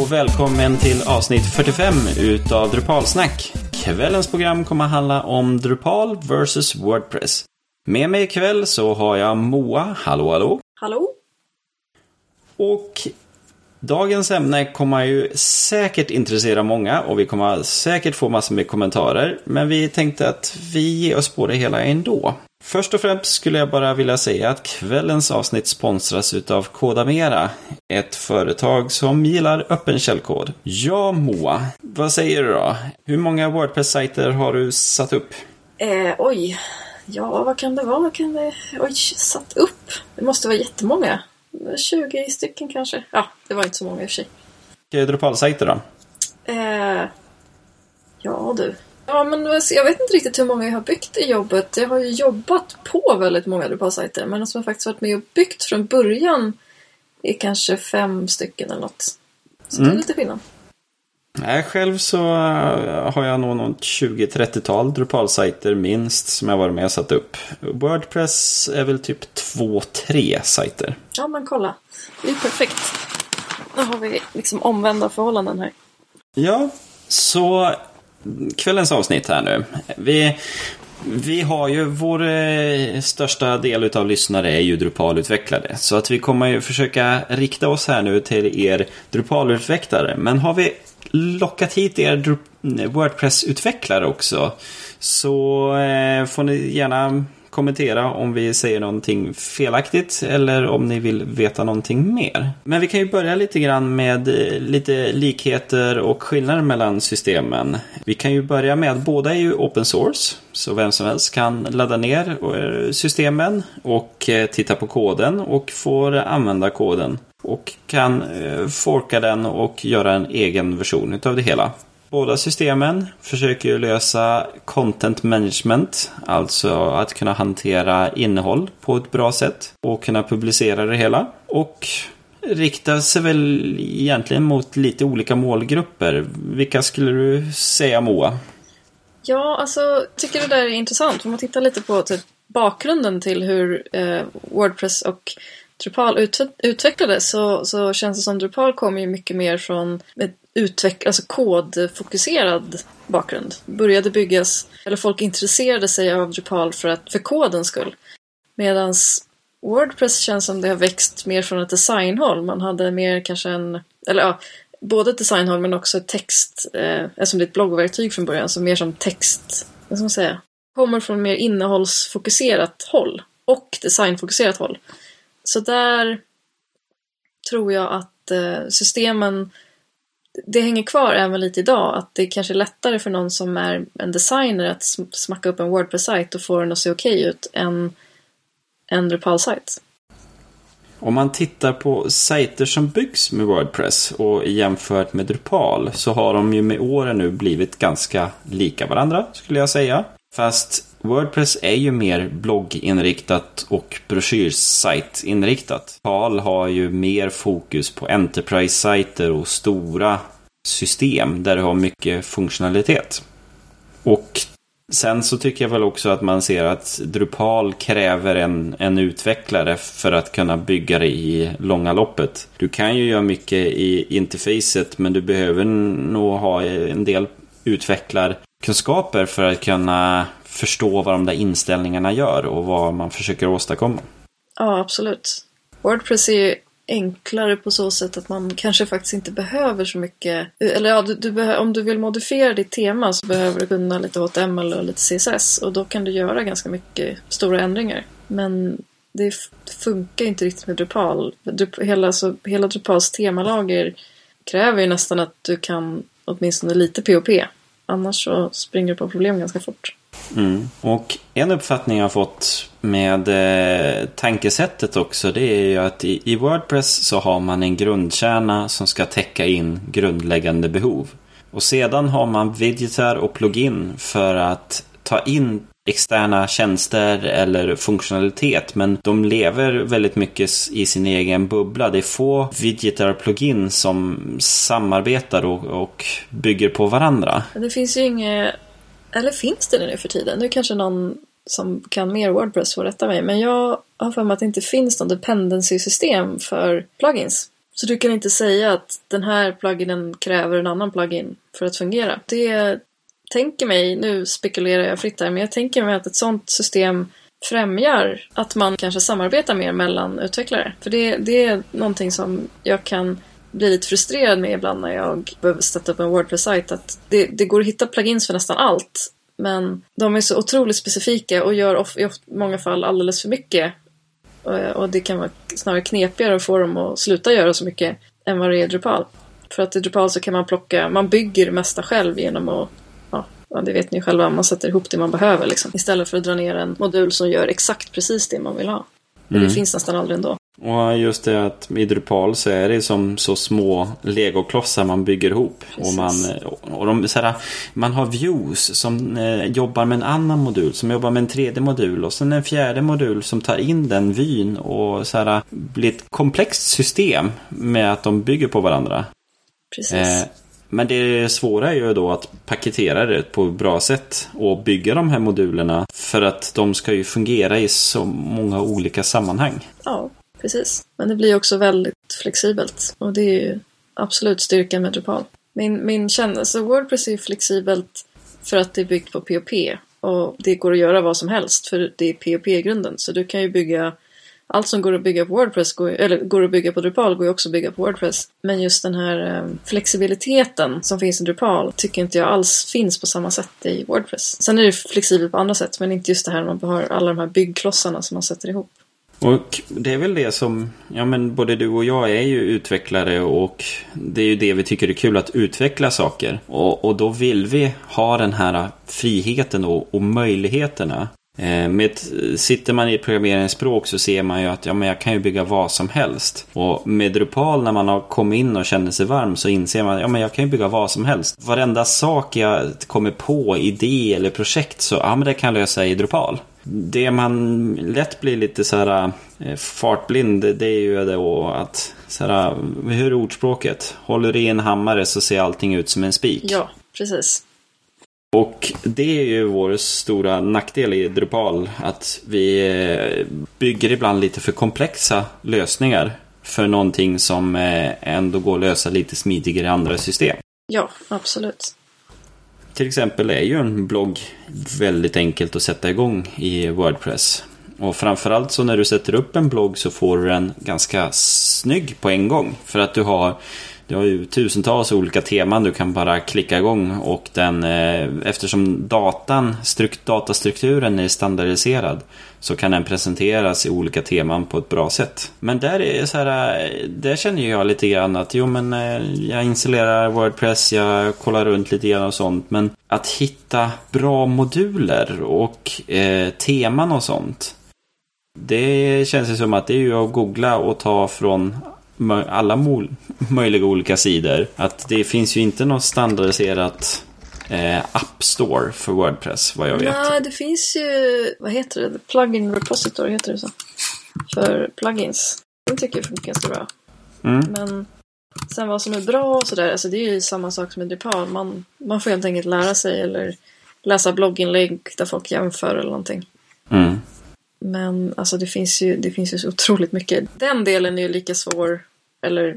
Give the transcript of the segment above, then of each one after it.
och välkommen till avsnitt 45 utav Drupalsnack. Kvällens program kommer att handla om Drupal versus WordPress. Med mig ikväll så har jag Moa. Hallå, hallå. Hallå. Och dagens ämne kommer ju säkert intressera många och vi kommer säkert få massor med kommentarer. Men vi tänkte att vi ger oss på det hela ändå. Först och främst skulle jag bara vilja säga att kvällens avsnitt sponsras utav Kodamera, ett företag som gillar öppen källkod. Ja, Moa, vad säger du då? Hur många WordPress-sajter har du satt upp? Ja, vad kan det vara? Satt upp? Det måste vara jättemånga. 20 stycken kanske. Ja, det var inte så många i och för sig. Vilka Drupal-sajter då? Ja du. Ja, men jag vet inte riktigt hur många jag har byggt i jobbet. Jag har ju jobbat på väldigt många Drupal-sajter. Men som jag faktiskt varit med och byggt från början är kanske 5 stycken eller något. Så det är lite skillnad. Nej, själv så har jag nog något 20-30-tal Drupal-sajter minst som jag varit med och satt upp. WordPress är väl typ 2-3 sajter. Ja, men kolla. Det är perfekt. Nu har vi liksom omvända förhållanden här. Ja, så kvällens avsnitt här nu. Vi har ju vår största del utav lyssnare är ju Drupal-utvecklare. Så att vi kommer ju försöka rikta oss här nu till er Drupal-utvecklare. Men har vi lockat hit er WordPress-utvecklare också, så får ni gärna kommentera om vi säger någonting felaktigt eller om ni vill veta någonting mer. Men vi kan ju börja lite grann med lite likheter och skillnader mellan systemen. Vi kan ju börja med att båda är ju open source, så vem som helst kan ladda ner systemen och titta på koden och får använda koden och kan forka den och göra en egen version utav det hela. Båda systemen försöker ju lösa content management, alltså att kunna hantera innehåll på ett bra sätt och kunna publicera det hela. Och riktar sig väl egentligen mot lite olika målgrupper. Vilka skulle du säga, Moa? Ja, alltså tycker det där är intressant. Om man tittar lite på bakgrunden till hur WordPress och Drupal utvecklades så känns det som Drupal kommer ju mycket mer från alltså kodfokuserad bakgrund. Började byggas, eller folk intresserade sig av Drupal för kodens skull. Medan WordPress känns som det har växt mer från ett designhåll. Man hade mer kanske både ett designhåll men också text, eftersom det är ett bloggverktyg från början, så mer som text, vad ska man säga, kommer från mer innehållsfokuserat håll och designfokuserat håll. Så där tror jag att systemen, det hänger kvar även lite idag, att det kanske är lättare för någon som är en designer att smacka upp en WordPress-sajt och få den att se okej ut än en Drupal-sajt. Om man tittar på sajter som byggs med WordPress och jämfört med Drupal, så har de ju med åren nu blivit ganska lika varandra, skulle jag säga. Fast WordPress är ju mer blogginriktat och broschyrsajtinriktat. Drupal har ju mer fokus på enterprise-sajter och stora system där du har mycket funktionalitet. Och sen så tycker jag väl också att man ser att Drupal kräver en utvecklare för att kunna bygga det i långa loppet. Du kan ju göra mycket i interfacet, men du behöver nog ha en del utvecklarkunskaper för att kunna förstå vad de där inställningarna gör och vad man försöker åstadkomma. Ja, absolut. WordPress är ju enklare på så sätt att man kanske faktiskt inte behöver så mycket. Eller ja, om du vill modifiera ditt tema så behöver du kunna lite HTML och lite CSS. Och då kan du göra ganska mycket stora ändringar. Men det funkar inte riktigt med Drupal. Hela Drupals temalager kräver ju nästan att du kan åtminstone lite POP. Annars så springer du på problem ganska fort. Och en uppfattning jag har fått med tankesättet också, det är ju att i WordPress så har man en grundkärna som ska täcka in grundläggande behov. Och sedan har man widgetar och plugin för att ta in externa tjänster eller funktionalitet, men de lever väldigt mycket i sin egen bubbla. Det är få widgetar och plugin som samarbetar och bygger på varandra. Det finns ju inget. Eller finns det nu för tiden? Nu kanske någon som kan mer WordPress får rätta mig. Men jag har för mig att det inte finns någon dependency-system för plugins. Så du kan inte säga att den här pluginen kräver en annan plugin för att fungera. Det tänker mig, nu spekulerar jag fritt här, men jag tänker mig att ett sånt system främjar att man kanske samarbetar mer mellan utvecklare. För det är någonting som jag kan bli lite frustrerad med ibland när jag behöver sätta upp en WordPress-sajt. Att det går att hitta plugins för nästan allt. Men de är så otroligt specifika och gör i många fall alldeles för mycket. Och det kan vara snarare knepigare att få dem att sluta göra så mycket än vad det är i Drupal. För att i Drupal så kan man bygger det mesta själv genom att, ja, det vet ni själva, man sätter ihop det man behöver liksom. Istället för att dra ner en modul som gör exakt precis det man vill ha. Det finns nästan aldrig ändå. Och just det att i Drupal så är det som så små legoklossar man bygger ihop. Man har views som jobbar med en annan modul, som jobbar med en tredje modul och sen en fjärde modul som tar in den vyn och blir ett komplext system med att de bygger på varandra. Precis. Men det svåra är ju då att paketera det på ett bra sätt och bygga de här modulerna för att de ska ju fungera i så många olika sammanhang. Ja, precis. Men det blir också väldigt flexibelt och det är ju absolut styrkan med Drupal. Min kännelse, Wordpress är flexibelt för att det är byggt på POP och det går att göra vad som helst för det är POP-grunden. Så du kan ju bygga allt som går att bygga på WordPress går att bygga på Drupal går ju också att bygga på WordPress. Men just den här flexibiliteten som finns i Drupal tycker inte jag alls finns på samma sätt i WordPress. Sen är det flexibelt på andra sätt, men inte just det här man har alla de här byggklossarna som man sätter ihop. Och det är väl det som, ja men både du och jag är ju utvecklare och det är ju det vi tycker är kul att utveckla saker. Och då vill vi ha den här friheten och möjligheterna. Sitter man i ett programmeringsspråk så ser man ju att men jag kan ju bygga vad som helst. Och med Drupal när man har kommit in och känner sig varm så inser man men jag kan ju bygga vad som helst. Varenda sak jag kommer på, idé eller projekt så men det kan jag lösa i Drupal. Det man lätt blir lite fartblind, det är ju då att hur är ordspråket? Håller du i en hammare så ser allting ut som en spik. Ja, precis. Och det är ju vår stora nackdel i Drupal, att vi bygger ibland lite för komplexa lösningar för någonting som ändå går att lösa lite smidigare i andra system. Ja, absolut. Till exempel är ju en blogg väldigt enkelt att sätta igång i WordPress. Och framförallt så när du sätter upp en blogg så får du den ganska snygg på en gång. För att du har ju tusentals olika teman du kan bara klicka igång och eftersom datastrukturen är standardiserad så kan den presenteras i olika teman på ett bra sätt. Men där känner jag lite grann att jag installerar WordPress, jag kollar runt lite grann och sånt, men att hitta bra moduler och teman och sånt, det känns ju som att det är ju att googla och ta från alla möjliga olika sidor. Att det finns ju inte något standardiserat App Store för WordPress, vad jag vet. Nej, det finns ju, vad heter det? Plugin Repository heter det så. För plugins. Det tycker jag funkar ganska bra. Men sen vad som är bra och sådär, alltså det är ju samma sak som med Drupal. Man får helt enkelt lära sig eller läsa blogginlägg där folk jämför eller någonting. Men alltså det finns ju så otroligt mycket. Den delen är ju lika svår eller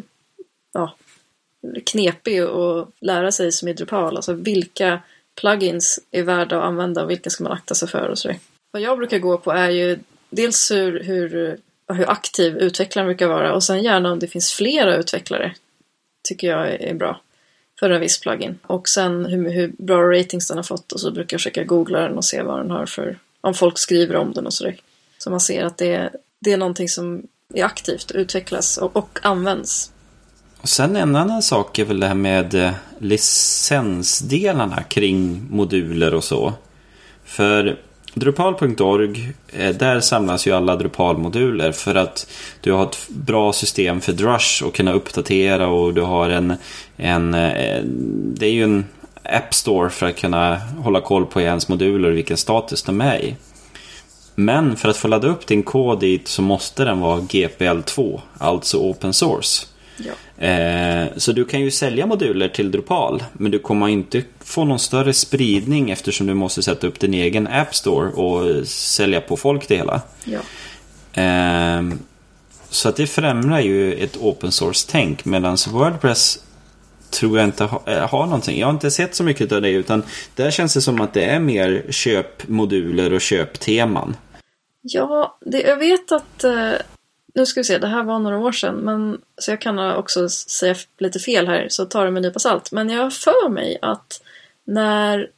knepig att lära sig som i Drupal. Alltså vilka plugins är värda att använda och vilka ska man akta sig för och så. Vad jag brukar gå på är ju dels hur aktiv utvecklaren brukar vara och sen gärna om det finns flera utvecklare tycker jag är bra för en viss plugin. Och sen hur bra ratings den har fått och så brukar jag försöka googla den och se vad den har för, om folk skriver om den och så. Så man ser att det är någonting som är aktivt, utvecklas och används. Och sen en annan sak är väl det här med licensdelarna kring moduler och så. För Drupal.org, där samlas ju alla Drupal-moduler för att du har ett bra system för Drush och kunna uppdatera och du har det är ju en App Store för att kunna hålla koll på ens moduler och vilken status de är i. Men för att få ladda upp din kod dit så måste den vara GPL2, alltså open source. Ja. Så du kan ju sälja moduler till Drupal, men du kommer inte få någon större spridning eftersom du måste sätta upp din egen App Store och sälja på folk det hela. Ja. Så att det främjar ju ett open source-tänk, medan WordPress tror jag inte har någonting. Jag har inte sett så mycket av det, utan där känns det som att det är mer köpmoduler och köpteman. Ja, jag vet att... Nu ska vi se, det här var några år sedan, men, så jag kan också säga lite fel här, så tar det med en nypa salt. Men jag har för mig att när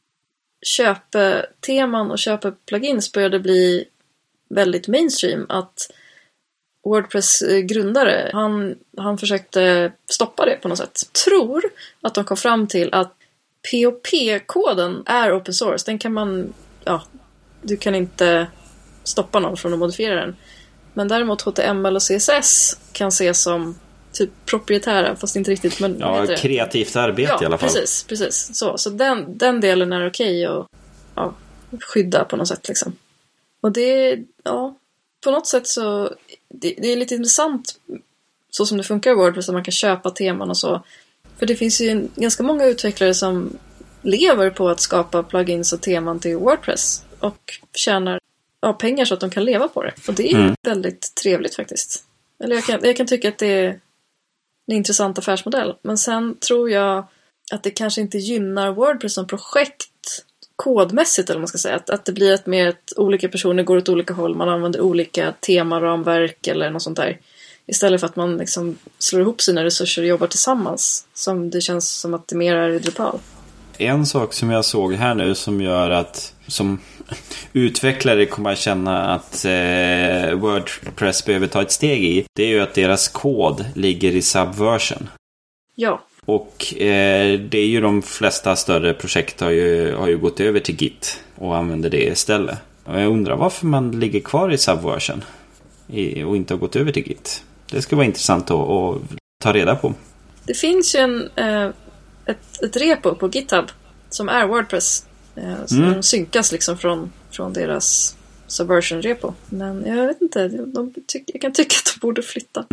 köpeteman och köpeplugins började bli väldigt mainstream, att WordPress grundare, han försökte stoppa det på något sätt. Tror att de kom fram till att POP-koden är open source. Den kan man, du kan inte stoppa någon från att modifiera den. Men däremot HTML och CSS kan ses som typ proprietära, fast inte riktigt. Men kreativt arbete i alla fall. Precis. Så den delen är okej att skydda på något sätt liksom. Och det, på något sätt så det är lite intressant så som det funkar i WordPress, att man kan köpa teman och så. För det finns ju ganska många utvecklare som lever på att skapa plugins och teman till WordPress och tjänar pengar så att de kan leva på det. Och det är väldigt trevligt faktiskt. Eller jag kan tycka att det är en intressant affärsmodell. Men sen tror jag att det kanske inte gynnar WordPress som projekt kodmässigt, eller man ska säga. Att det blir att olika personer går åt olika håll. Man använder olika temaramverk eller något sånt där. Istället för att man liksom slår ihop sina resurser och jobbar tillsammans. Som det känns som att det mer är i Drupal. En sak som jag såg här nu som gör att som utvecklare kommer att känna att WordPress behöver ta ett steg i, det är ju att deras kod ligger i Subversion. Ja. Och det är ju de flesta större projekt har ju gått över till Git och använder det istället. Och jag undrar varför man ligger kvar i Subversion och inte har gått över till Git. Det ska vara intressant att ta reda på. Det finns ju ett repo på GitHub som är WordPress. Som synkas liksom från deras Subversion-repo. Men jag vet inte, jag kan tycka att de borde flytta.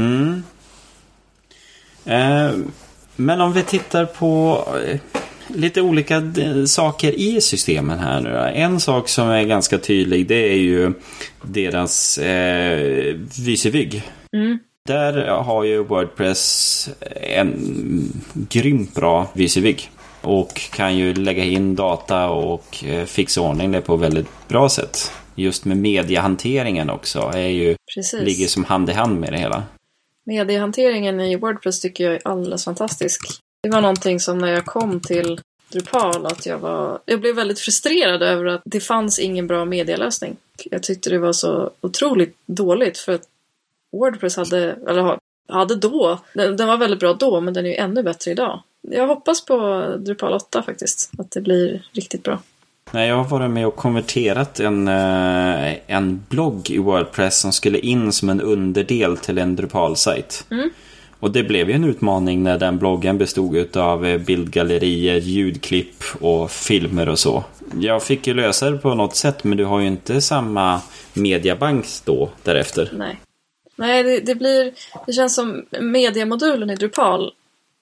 Men om vi tittar på lite olika saker i systemen här nu då. En sak som är ganska tydlig, det är ju deras Vysevyg. Där har ju WordPress en grymt bra Vysevyg. Och kan ju lägga in data och fixa ordning det på väldigt bra sätt. Just med mediehanteringen också ligger som hand i hand med det hela. Mediehanteringen i WordPress tycker jag är alldeles fantastisk. Det var någonting som när jag kom till Drupal att jag blev väldigt frustrerad över att det fanns ingen bra medielösning. Jag tyckte det var så otroligt dåligt för att WordPress hade då, den var väldigt bra då, men den är ju ännu bättre idag. Jag hoppas på Drupal 8 faktiskt, att det blir riktigt bra. Nej, jag har varit med och konverterat en blogg i WordPress som skulle in som en underdel till en Drupal-sajt. Och det blev ju en utmaning när den bloggen bestod av bildgallerier, ljudklipp och filmer och så. Jag fick ju lösa det på något sätt, men du har ju inte samma mediabank då därefter. Nej, det känns som mediamodulen i Drupal.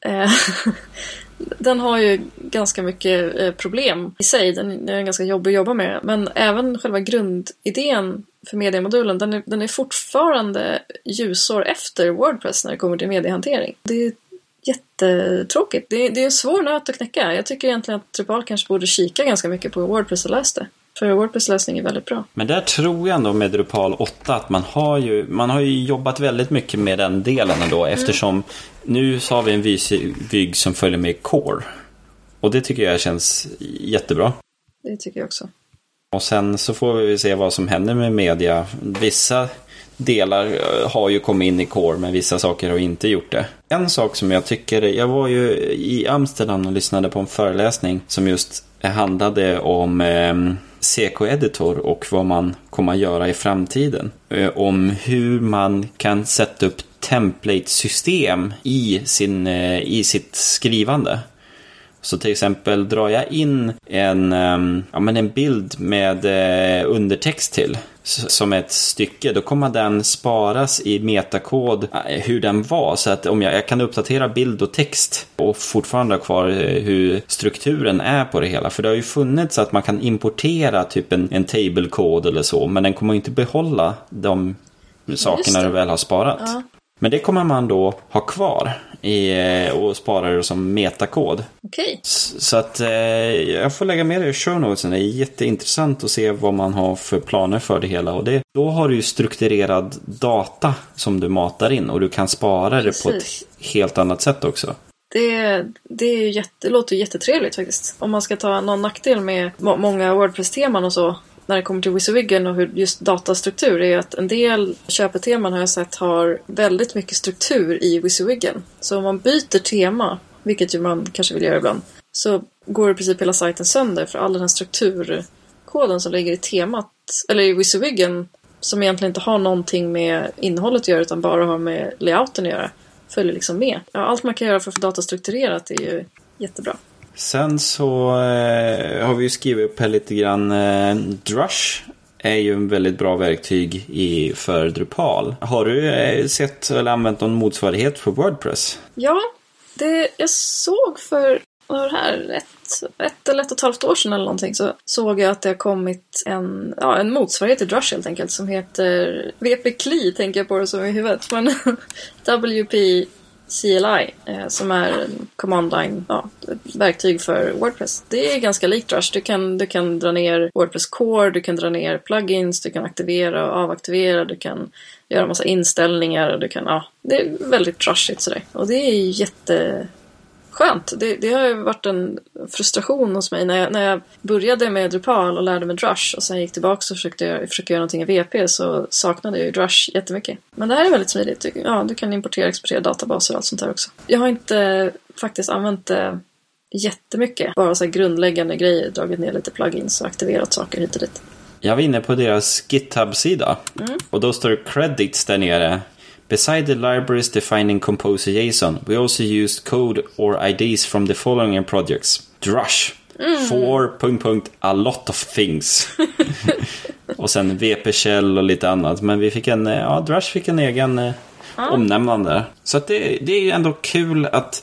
Den har ju ganska mycket problem i sig. Den är ganska jobbig att jobba med. Men även själva grundidén för mediemodulen, den är fortfarande ljusår efter WordPress när det kommer till mediehantering. Det är jättetråkigt. Det är en svår nöt att knäcka. Jag tycker egentligen att Drupal kanske borde kika ganska mycket på WordPress och läsa det. För WordPress-läsning är väldigt bra. Men där tror jag ändå med Drupal 8 att man har ju jobbat väldigt mycket med den delen ändå, eftersom nu så har vi en Vysevyg som följer med Core. Och det tycker jag känns jättebra. Det tycker jag också. Och sen så får vi se vad som händer med media. Vissa delar har ju kommit in i Core, men vissa saker har inte gjort det. En sak som jag tycker, jag var ju i Amsterdam och lyssnade på en föreläsning som just handlade om CK-editor och vad man kommer att göra i framtiden. Om hur man kan sätta upp template-system i sitt skrivande. Så till exempel drar jag in en bild med undertext till som ett stycke, då kommer den sparas i metakod hur den var, så att om jag kan uppdatera bild och text och fortfarande ha kvar hur strukturen är på det hela. För det har ju funnits att man kan importera typ en table-kod eller så, men den kommer inte behålla de sakerna du väl har sparat. Ja. Men det kommer man då ha kvar och spara det som metakod. Okej. Så att jag får lägga med det i show notesen. Det är jätteintressant att se vad man har för planer för det hela. Och då har du ju strukturerad data som du matar in. Och du kan spara det på ett helt annat sätt också. Det låter jättetrevligt faktiskt. Om man ska ta någon nackdel med många WordPress-teman och så. När det kommer till WYSIWYGgen och hur just datastruktur är att en del köpeteman har jag sett har väldigt mycket struktur i WYSIWYGgen. Så om man byter tema, vilket ju man kanske vill göra ibland, så går i princip hela sajten sönder för all den här strukturkoden som ligger i temat, eller i WYSIWYGgen, som egentligen inte har någonting med innehållet att göra utan bara har med layouten att göra, följer liksom med. Ja, allt man kan göra för att få datastrukturerat är ju jättebra. Sen så har vi ju skrivit upp här lite grann. Drush är ju en väldigt bra verktyg för Drupal. Har du sett eller använt någon motsvarighet för WordPress? Ja, jag såg för ett eller 1,5 år sedan eller någonting, så såg jag att det har kommit en motsvarighet till Drush helt enkelt som heter WP-CLI, tänker jag på det som i huvudet, men WP CLI som är en command line verktyg för WordPress. Det är ganska likt Drush. Du kan dra ner WordPress Core, du kan dra ner plugins, du kan aktivera och avaktivera, du kan göra massa inställningar och det är väldigt Drushigt sådär. Och det är jätteskönt. Det har ju varit en frustration hos mig när jag började med Drupal och lärde mig Drush och sen gick tillbaka och försökte göra någonting i WP, så saknade jag ju Drush jättemycket. Men det här är väldigt smidigt. Ja, du kan importera och exportera databaser och allt sånt här också. Jag har inte faktiskt använt det jättemycket. Bara så här grundläggande grejer, dragit ner lite plugins och aktiverat saker hit och dit. Jag var inne på deras GitHub-sida och då står det credits där nere. Beside the libraries defining Composer.json, we also used code or IDs from the following projects. Drush. A lot of things. Och sen VP-shell och lite annat. Men vi fick Drush fick en egen omnämnande. Så att det är ju ändå kul att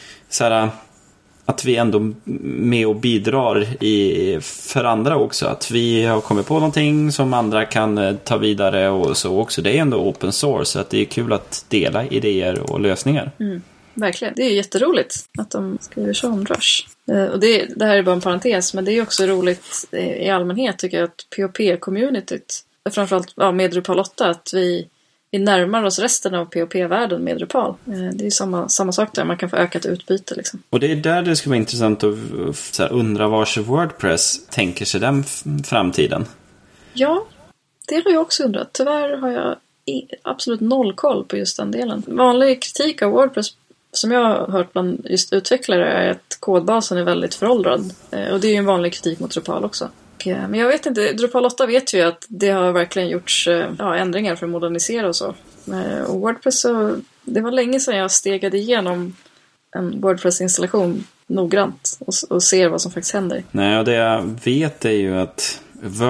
att vi ändå med och bidrar för andra också. Att vi har kommit på någonting som andra kan ta vidare och så också. Det är ändå open source, så att det är kul att dela idéer och lösningar. Verkligen. Det är jätteroligt att de skriver så om Drush. Och det här är bara en parentes, men det är också roligt i allmänhet tycker jag att PHP-communityt, framförallt med Drupal 8, att vi närmar oss resten av PHP-världen med Drupal. Det är ju samma sak där, man kan få ökat utbyte liksom. Och det är där det skulle vara intressant att undra vars WordPress tänker sig den framtiden. Ja, det har jag också undrat. Tyvärr har jag absolut noll koll på just den delen. Vanlig kritik av WordPress som jag har hört bland just utvecklare är att kodbasen är väldigt föråldrad. Och det är ju en vanlig kritik mot Drupal också. Men jag vet inte, Drupal 8 vet ju att det har verkligen gjorts ändringar för att modernisera och så. Och WordPress, det var länge sedan jag stegade igenom en WordPress-installation noggrant och ser vad som faktiskt händer. Nej, och det jag vet är ju att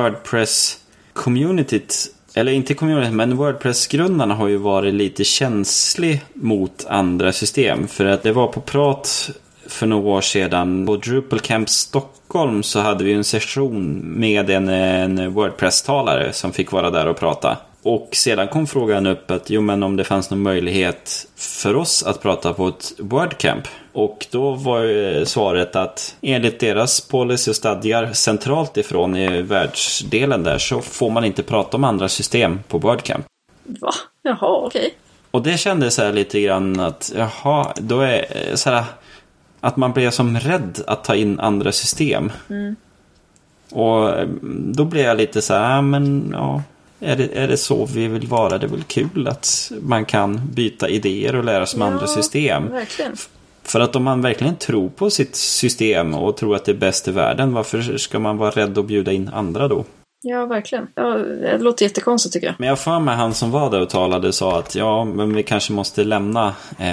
WordPress-communityt, eller inte community, men WordPress-grundarna har ju varit lite känslig mot andra system. För att det var på prat för några år sedan på Drupal Camp Stockholm, så hade vi en session med en WordPress-talare som fick vara där och prata. Och sedan kom frågan upp att men om det fanns någon möjlighet för oss att prata på ett WordCamp. Och då var svaret att enligt deras policy och stadgar centralt ifrån i världsdelen där, så får man inte prata om andra system på WordCamp. Va? Jaha, okej. Och det kändes så här lite grann att då är så här att man blir som rädd att ta in andra system. Och då blir jag lite så här, är det så vi vill vara? Det är väl kul att man kan byta idéer och lära sig om andra system. Verkligen. För att om man verkligen tror på sitt system och tror att det är bäst i världen, varför ska man vara rädd att bjuda in andra då? Ja, verkligen. Ja, det låter jättekonstigt tycker jag. Men jag för mig han som var där och talade sa att men vi kanske måste lämna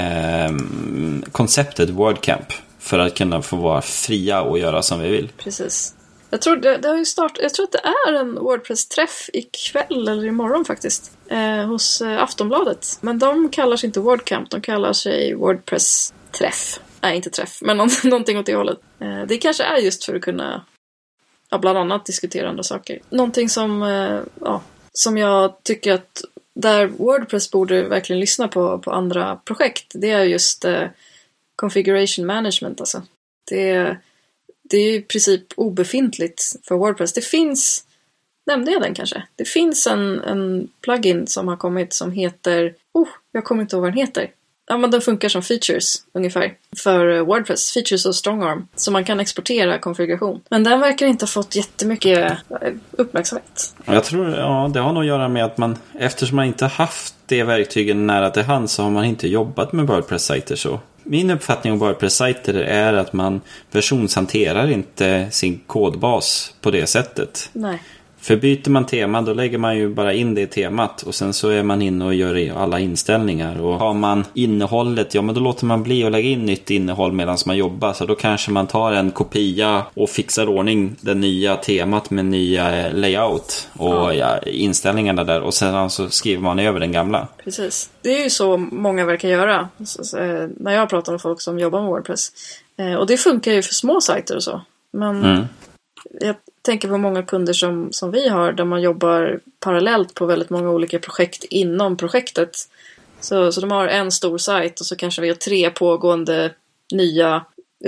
konceptet WordCamp för att kunna få vara fria och göra som vi vill. Precis. Jag tror det har ju startat. Jag tror att det är en WordPress-träff ikväll eller imorgon faktiskt hos Aftonbladet. Men de kallar sig inte WordCamp, de kallar sig WordPress-träff. Nej, inte träff, men någonting åt det hållet. Det kanske är just för att kunna bland annat diskutera andra saker. Någonting som som jag tycker att där WordPress borde verkligen lyssna på andra projekt, det är just configuration management. Alltså. Det är ju i princip obefintligt för WordPress. Det finns, nämnde jag den kanske? Det finns en plugin som har kommit som heter, jag kommer inte ihåg vad den heter. Ja, men den funkar som features ungefär för WordPress, features och strongarm, så man kan exportera konfiguration. Men den verkar inte ha fått jättemycket uppmärksamhet. Jag tror, det har nog att göra med att eftersom man inte haft det verktygen nära till hand, så har man inte jobbat med WordPress-sajter så. Min uppfattning om WordPress-sajter är att man versionshanterar inte sin kodbas på det sättet. Nej. För byter man tema, då lägger man ju bara in det i temat och sen så är man inne och gör alla inställningar. Och har man innehållet, men då låter man bli att lägga in nytt innehåll medan man jobbar. Så då kanske man tar en kopia och fixar ordning det nya temat med nya layout och inställningarna där. Och sen så skriver man över den gamla. Precis. Det är ju så många verkar göra när jag pratar med folk som jobbar med WordPress. Och det funkar ju för små sajter och så. Men jag tänker på många kunder som vi har, där man jobbar parallellt på väldigt många olika projekt inom projektet. Så de har en stor sajt och så kanske vi har 3 pågående nya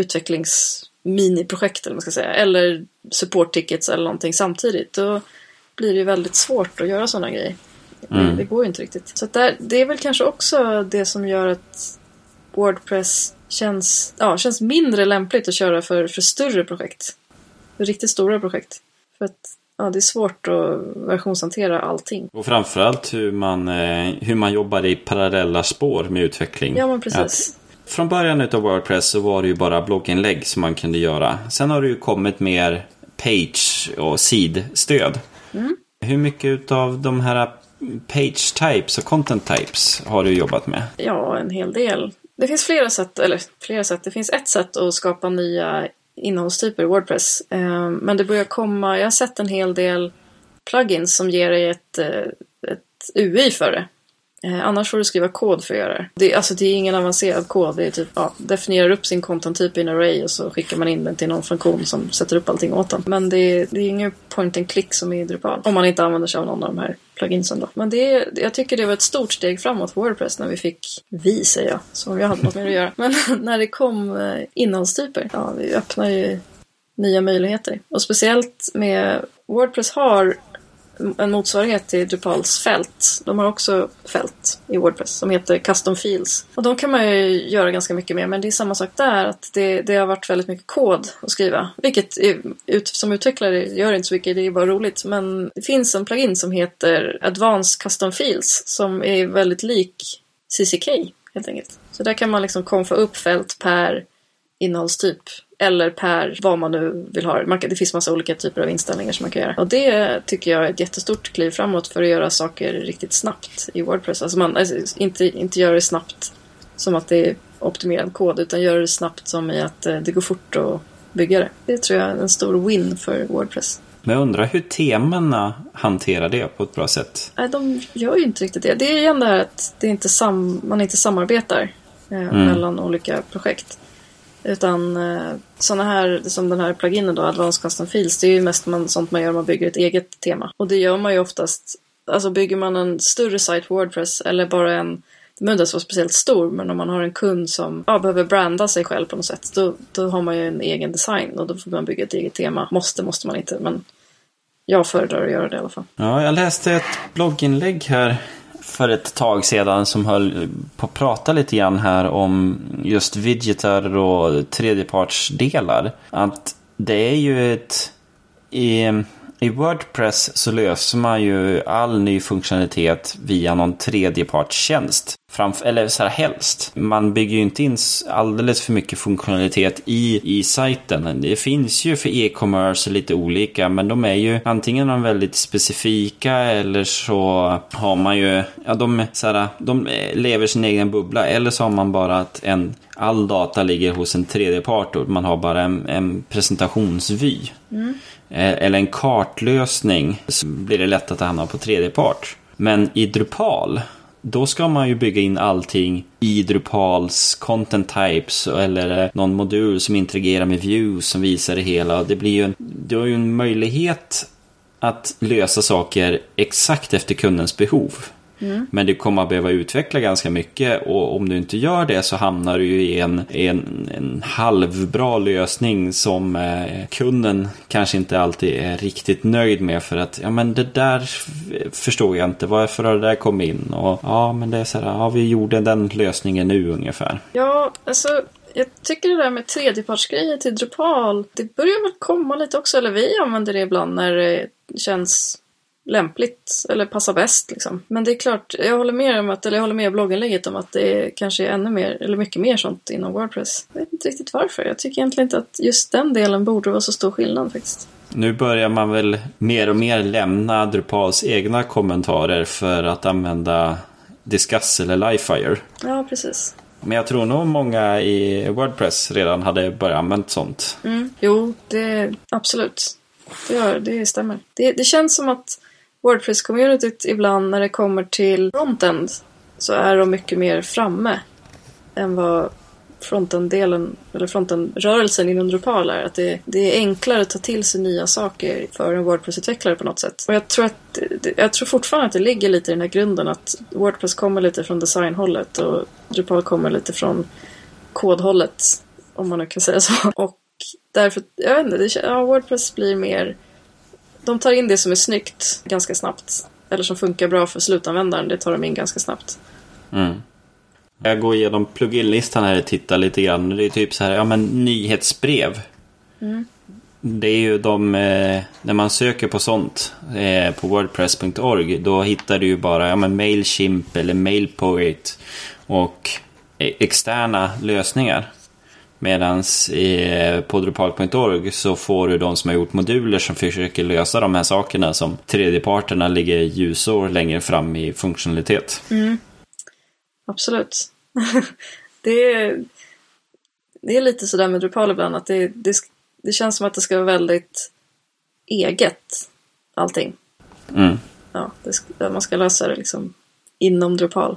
utvecklings-miniprojekt eller vad man ska säga. Eller support-tickets eller någonting samtidigt. Då blir det ju väldigt svårt att göra sådana grejer. Det går ju inte riktigt. Så det är väl kanske också det som gör att WordPress känns mindre lämpligt att köra för större projekt. Riktigt stora projekt. För att det är svårt att versionshantera allting. Och framförallt hur man jobbar i parallella spår med utveckling. Ja, men precis. Från början utav WordPress så var det ju bara blogginlägg som man kunde göra. Sen har det ju kommit mer page- och seed-stöd. Hur mycket utav de här page types och content types har du jobbat med? Ja, en hel del. Det finns flera sätt. Det finns ett sätt att skapa nya innehållstyper i WordPress. Men det börjar komma, jag har sett en hel del plugins som ger dig ett UI för det. Annars får du skriva kod för att göra det. Det är ingen avancerad kod. Det är typ, definierar upp sin content-typ i en array och så skickar man in den till någon funktion som sätter upp allting åt den. Men det är ingen point and click som är i Drupal. Om man inte använder sig av någon av de här pluginsen då. Men jag tycker det var ett stort steg framåt för WordPress när vi säger jag, som jag hade något med att göra. Men när det kom innehållstyper, vi öppnar ju nya möjligheter. Och speciellt med WordPress har en motsvarighet till Drupals fält. De har också fält i WordPress som heter Custom Fields. Och de kan man ju göra ganska mycket med, men det är samma sak där, att det har varit väldigt mycket kod att skriva. Vilket som utvecklare gör inte så mycket, det är bara roligt. Men det finns en plugin som heter Advanced Custom Fields som är väldigt lik CCK helt enkelt. Så där kan man liksom konfa upp fält per innehållstyp. Eller per vad man nu vill ha. Det finns massa olika typer av inställningar som man kan göra. Och det tycker jag är ett jättestort kliv framåt för att göra saker riktigt snabbt i WordPress. Alltså inte göra det snabbt som att det är optimerad kod, utan göra det snabbt som i att det går fort att bygga det. Det tror jag är en stor win för WordPress. Men jag undrar hur temana hanterar det på ett bra sätt? Nej, de gör ju inte riktigt det. Det är igen det här att man inte samarbetar mellan olika projekt. Utan sådana här, som den här pluginen då, Advanced Custom Fields, det är ju mest sånt man gör om man bygger ett eget tema. Och det gör man ju oftast, alltså bygger man en större sajt på WordPress eller bara det behöver inte vara speciellt stor, men om man har en kund som behöver branda sig själv på något sätt, då har man ju en egen design och då får man bygga ett eget tema. Måste man inte, men jag föredrar att göra det i alla fall. Ja, jag läste ett blogginlägg här för ett tag sedan som höll på att prata lite grann här om just widgetar och tredjepartsdelar. Att det är ju i WordPress så löser man ju all ny funktionalitet via någon tredjepartstjänst. Eller så här helst. Man bygger ju inte in alldeles för mycket funktionalitet i sajten. Det finns ju för e-commerce lite olika, men de är ju antingen väldigt specifika eller så har man ju de lever sin egen bubbla, eller så har man bara att all data ligger hos en tredjepart och man har bara en presentationsvy. Eller en kartlösning, så blir det lätt att hamna på tredjepart. Men i Drupal, då ska man ju bygga in allting i Drupals content types eller någon modul som interagerar med views som visar det hela. Du har ju en möjlighet att lösa saker exakt efter kundens behov. Men du kommer att behöva utveckla ganska mycket, och om du inte gör det så hamnar du ju i en halvbra lösning som kunden kanske inte alltid är riktigt nöjd med, för att ja, men det där förstår jag inte, varför har det där kommit in, och ja, men det är så här, ja, vi gjorde den lösningen nu ungefär. Ja, alltså jag tycker det där med tredjepartsgrejer till Drupal, det börjar väl komma lite också, eller vi använder det ibland när det känns lämpligt eller passar bäst liksom. Men det är klart, jag håller med blogginlägget om att det kanske är ännu mer eller mycket mer sånt inom WordPress. Jag vet inte riktigt varför. Jag tycker egentligen inte att just den delen borde vara så stor skillnad faktiskt. Nu börjar man väl mer och mer lämna Drupals egna kommentarer för att använda Discuss eller Livefire. Ja, precis. Men jag tror nog många i WordPress redan hade börjat använda sånt. Jo, det absolut. Det stämmer. Det känns som att WordPress-communityt ibland när det kommer till frontend så är de mycket mer framme än vad frontend-delen eller frontend-rörelsen inom Drupal är. Att det är enklare att ta till sig nya saker för en WordPress-utvecklare på något sätt. Och jag tror fortfarande att det ligger lite i den här grunden att WordPress kommer lite från designhållet och Drupal kommer lite från kodhållet, om man nu kan säga så. Och därför, jag vet inte, WordPress blir mer... De tar in det som är snyggt ganska snabbt. Eller som funkar bra för slutanvändaren, det tar de in ganska snabbt. Jag går igenom plugin-listan här och tittar lite grann. Det är typ så här, ja men nyhetsbrev. Det är ju när man söker på sånt på wordpress.org, då hittar du ju bara Mailchimp eller Mailpoet och externa lösningar. Medan på Drupal.org så får du de som har gjort moduler som försöker lösa de här sakerna som tredjeparterna ligger ljusår längre fram i funktionalitet. Absolut. Det är lite sådär med Drupal ibland att det känns som att det ska vara väldigt eget allting. Ja, man ska lösa det liksom inom Drupal.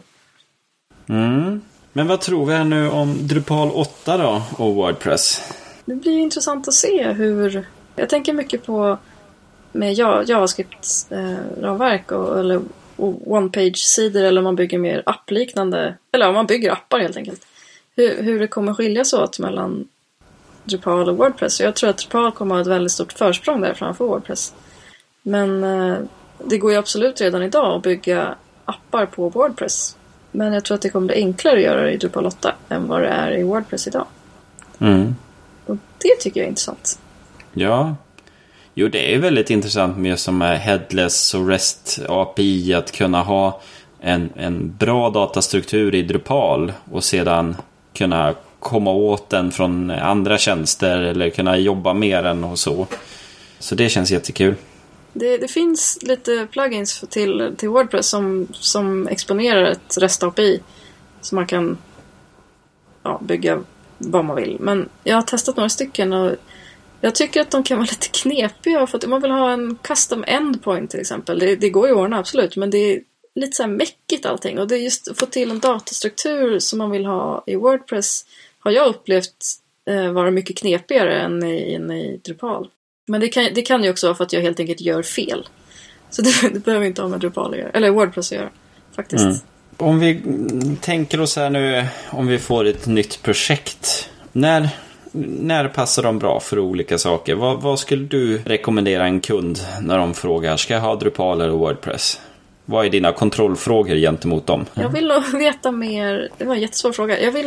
Men vad tror vi här nu om Drupal 8 då och WordPress? Det blir ju intressant att se hur... Jag tänker mycket på med JavaScript-ramverk eller one-page-sidor, eller om man bygger mer appliknande, eller om man bygger appar helt enkelt. Hur det kommer skilja sig åt mellan Drupal och WordPress. Så jag tror att Drupal kommer ha ett väldigt stort försprång där framför WordPress. Men det går ju absolut redan idag att bygga appar på WordPress. Men jag tror att det kommer bli enklare att göra det i Drupal 8 än vad det är i WordPress idag. Och det tycker jag är intressant. Ja. Jo, det är väldigt intressant med som är headless och REST API, att kunna ha en bra datastruktur i Drupal och sedan kunna komma åt den från andra tjänster eller kunna jobba med den och så. Så det känns jättekul. Det finns lite plugins till WordPress som exponerar ett REST API så man kan bygga vad man vill. Men jag har testat några stycken och jag tycker att de kan vara lite knepiga, för att om man vill ha en custom endpoint till exempel, det går ju att ordna absolut, men det är lite så här mäckigt allting, och det är just att få till en datastruktur som man vill ha i WordPress har jag upplevt vara mycket knepigare än i Drupal. Men det kan ju också vara för att jag helt enkelt gör fel. Så det behöver inte ha med Drupal att göra, eller WordPress att göra faktiskt. Om vi tänker oss här nu, om vi får ett nytt projekt, när passar de bra för olika saker? Vad skulle du rekommendera en kund när de frågar, ska jag ha Drupal eller WordPress? Vad är dina kontrollfrågor gentemot dem? Jag vill nog veta mer. Det var en jättesvår fråga. Jag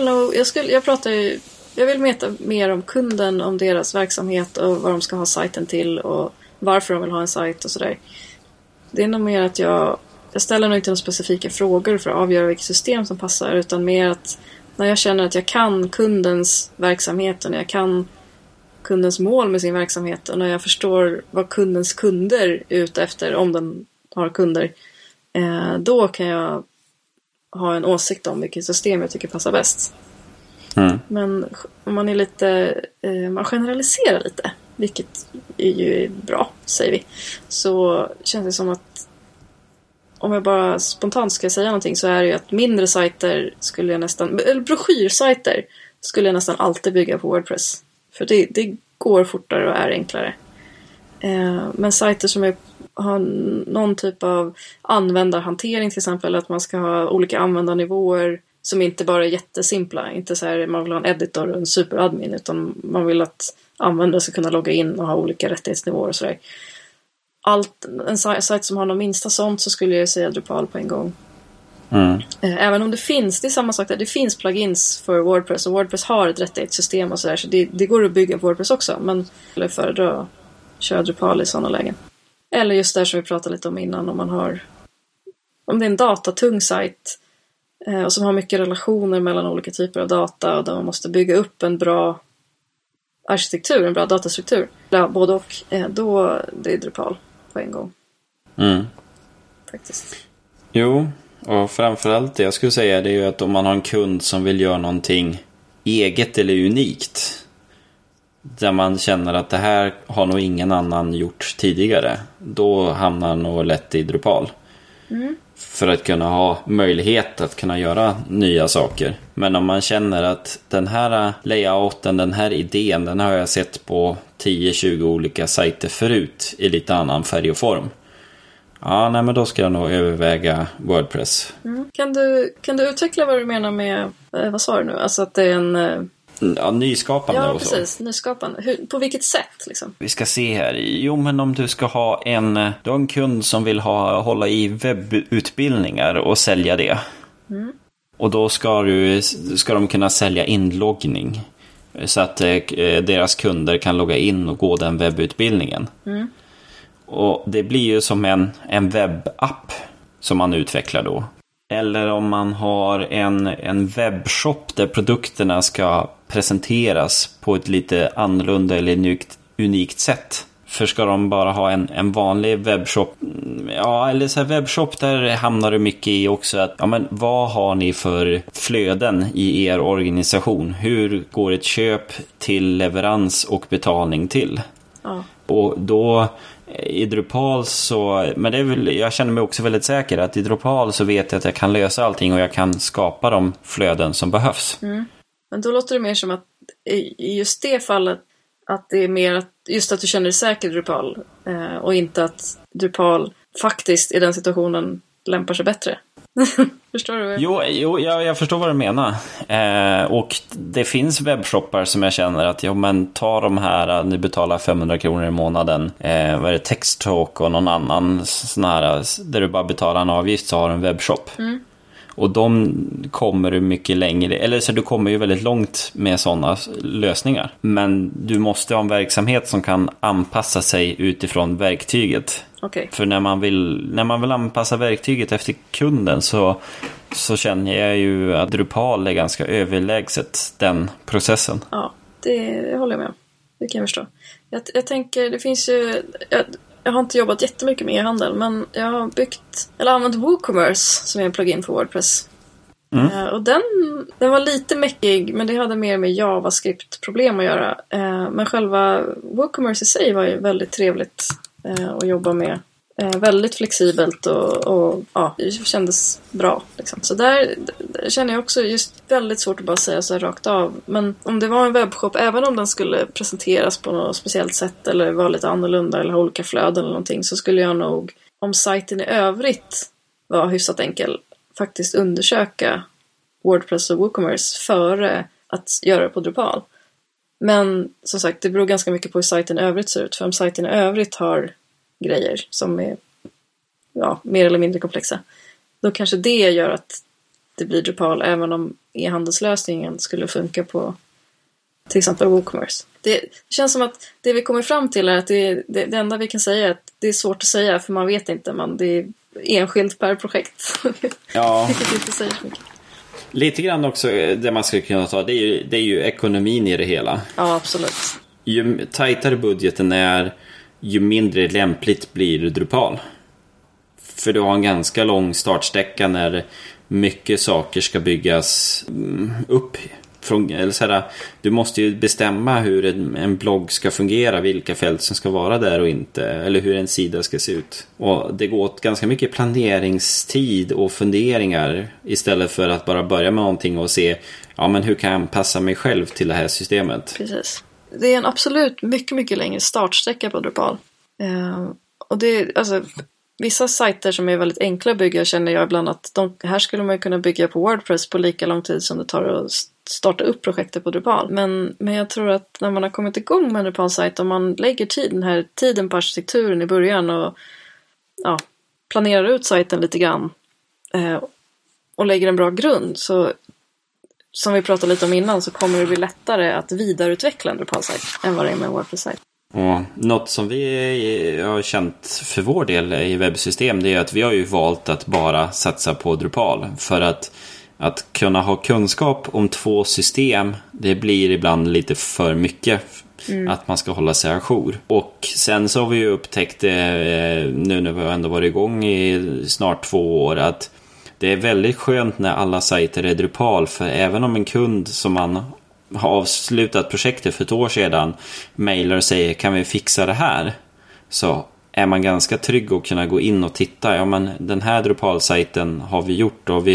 vill veta mer om kunden, om deras verksamhet och vad de ska ha sajten till och varför de vill ha en sajt och sådär. Det är nog mer att jag ställer nog inte några specifika frågor för att avgöra vilket system som passar, utan mer att när jag känner att jag kan kundens verksamhet och när jag kan kundens mål med sin verksamhet och när jag förstår vad kundens kunder är ute efter, om den har kunder, då kan jag ha en åsikt om vilket system jag tycker passar bäst. Men om man är lite man generaliserar lite, vilket är ju bra, säger vi, så känns det som att om jag bara spontant ska säga någonting, så är det ju att mindre sajter skulle jag nästan, eller broschyrsajter skulle jag nästan alltid bygga på WordPress. För det går fortare och är enklare. Men sajter som har någon typ av användarhantering till exempel, att man ska ha olika användarnivåer som inte bara är jättesimpla. Inte så här man vill ha en editor och en superadmin, utan man vill att användare ska kunna logga in och ha olika rättighetsnivåer och sådär. En sajt som har någon minsta sånt, så skulle jag säga Drupal på en gång. Även om det är samma sak där, det finns plugins för WordPress och WordPress har ett rättighetssystem och sådär, så det går att bygga på WordPress också, men jag föredrar att köra Drupal i sådana lägen. Eller just där som vi pratade lite om innan, om det är en datatung sajt och som har mycket relationer mellan olika typer av data och där man måste bygga upp en bra arkitektur, en bra datastruktur, både och, då det är Drupal på en gång. Faktiskt. Jo, och framförallt det jag skulle säga, det är ju att om man har en kund som vill göra någonting eget eller unikt, där man känner att det här har nog ingen annan gjort tidigare, då hamnar man nog lätt i Drupal. För att kunna ha möjlighet att kunna göra nya saker. Men om man känner att den här layouten, den här idén, den har jag sett på 10-20 olika sajter förut i lite annan färg och form. Ja, nej, men då ska jag nog överväga WordPress. Kan du utveckla vad du menar med, vad sa du nu? Alltså att det är en... Ja, nyskapande och så. Ja, precis. Nyskapande. På vilket sätt liksom? Vi ska se här. Jo, men om du ska ha du har en kund som vill hålla i webbutbildningar och sälja det. Och då ska de kunna sälja inloggning. Så att deras kunder kan logga in och gå den webbutbildningen. Och det blir ju som en webbapp som man utvecklar då. Eller om man har en webbshop där produkterna ska presenteras på ett lite annorlunda eller unikt sätt. För ska de bara ha en vanlig webbshop, ja, eller så här webbshop, där hamnar det mycket i också att, ja, men vad har ni för flöden i er organisation? Hur går ett köp till leverans och betalning till? Ja. Och då i Drupal så, men det är väl, jag känner mig också väldigt säker att i Drupal så vet jag att jag kan lösa allting och jag kan skapa de flöden som behövs. Men då låter det mer som att i just det fallet att det är mer att just att du känner dig säker i Drupal och inte att Drupal faktiskt i den situationen lämpar sig bättre. Förstår du? Jo, jag förstår vad du menar. Och det finns webbshoppar som jag känner att ta de här, ni betalar 500 kronor i månaden. Vad är det? Texttalk och någon annan sån här, där du bara betalar en avgift, så har du en webbshop. Och de kommer du mycket längre, eller så du kommer ju väldigt långt med sådana lösningar. Men du måste ha en verksamhet som kan anpassa sig utifrån verktyget. Okay. För när man vill anpassa verktyget efter kunden så känner jag ju att Drupal är ganska överlägset den processen. Ja, det håller jag med om. Det kan jag förstå. Jag tänker, det finns ju... Jag har inte jobbat jättemycket med e-handel, men jag har använt WooCommerce som är en plugin för WordPress. Och den var lite mäckig, men det hade mer med JavaScript-problem att göra. Men själva WooCommerce i sig var ju väldigt trevligt att jobba med. Väldigt flexibelt och ja, det kändes bra. Liksom. Så där känner jag också just väldigt svårt att bara säga så här rakt av. Men om det var en webbshop, även om den skulle presenteras på något speciellt sätt eller vara lite annorlunda eller ha olika flöden eller någonting, så skulle jag nog, om sajten i övrigt var hyfsat enkel, faktiskt undersöka WordPress och WooCommerce före att göra det på Drupal. Men som sagt, det beror ganska mycket på hur sajten i övrigt ser ut. För om sajten i övrigt har grejer som är mer eller mindre komplexa, då kanske det gör att det blir Drupal, även om e-handelslösningen skulle funka på till exempel WooCommerce. Det känns som att det vi kommer fram till är att det enda vi kan säga är att det är svårt att säga, för man vet inte, det är enskilt per projekt. Ja. Vilket inte säger så mycket. Lite grann också det man skulle kunna ta, det är ju ekonomin i det hela. Ja, absolut. Ju tajtare budgeten är, ju mindre lämpligt blir Drupal. För du har en ganska lång startsträcka när mycket saker ska byggas upp. Du måste ju bestämma hur en blogg ska fungera, vilka fält som ska vara där och inte, eller hur en sida ska se ut. Och det går åt ganska mycket planeringstid och funderingar istället för att bara börja med någonting och se, men hur kan jag anpassa mig själv till det här systemet. Precis. Det är en absolut mycket, mycket längre startsträcka på Drupal. Och det, alltså, vissa sajter som är väldigt enkla att bygga känner jag ibland att här skulle man kunna bygga på WordPress på lika lång tid som det tar att starta upp projektet på Drupal. Men jag tror att när man har kommit igång med en Drupal-sajt, om man lägger den här tiden på arkitekturen i början och planerar ut sajten lite grann och lägger en bra grund, så som vi pratade lite om innan, så kommer det bli lättare att vidareutveckla en Drupal-sajt än vad det är med en WordPress-sajt. Och något som vi har känt för vår del i webbsystem, det är att vi har ju valt att bara satsa på Drupal. För att kunna ha kunskap om 2 system, det blir ibland lite för mycket att man ska hålla sig ajour. Och sen så har vi ju upptäckt nu när vi har ändå varit igång i snart 2 år, att det är väldigt skönt när alla sajter är Drupal. För även om en kund som man har avslutat projektet för 1 år sedan mejlar och säger kan vi fixa det här, så är man ganska trygg att kunna gå in och titta. Ja, men den här Drupal-sajten har vi gjort, och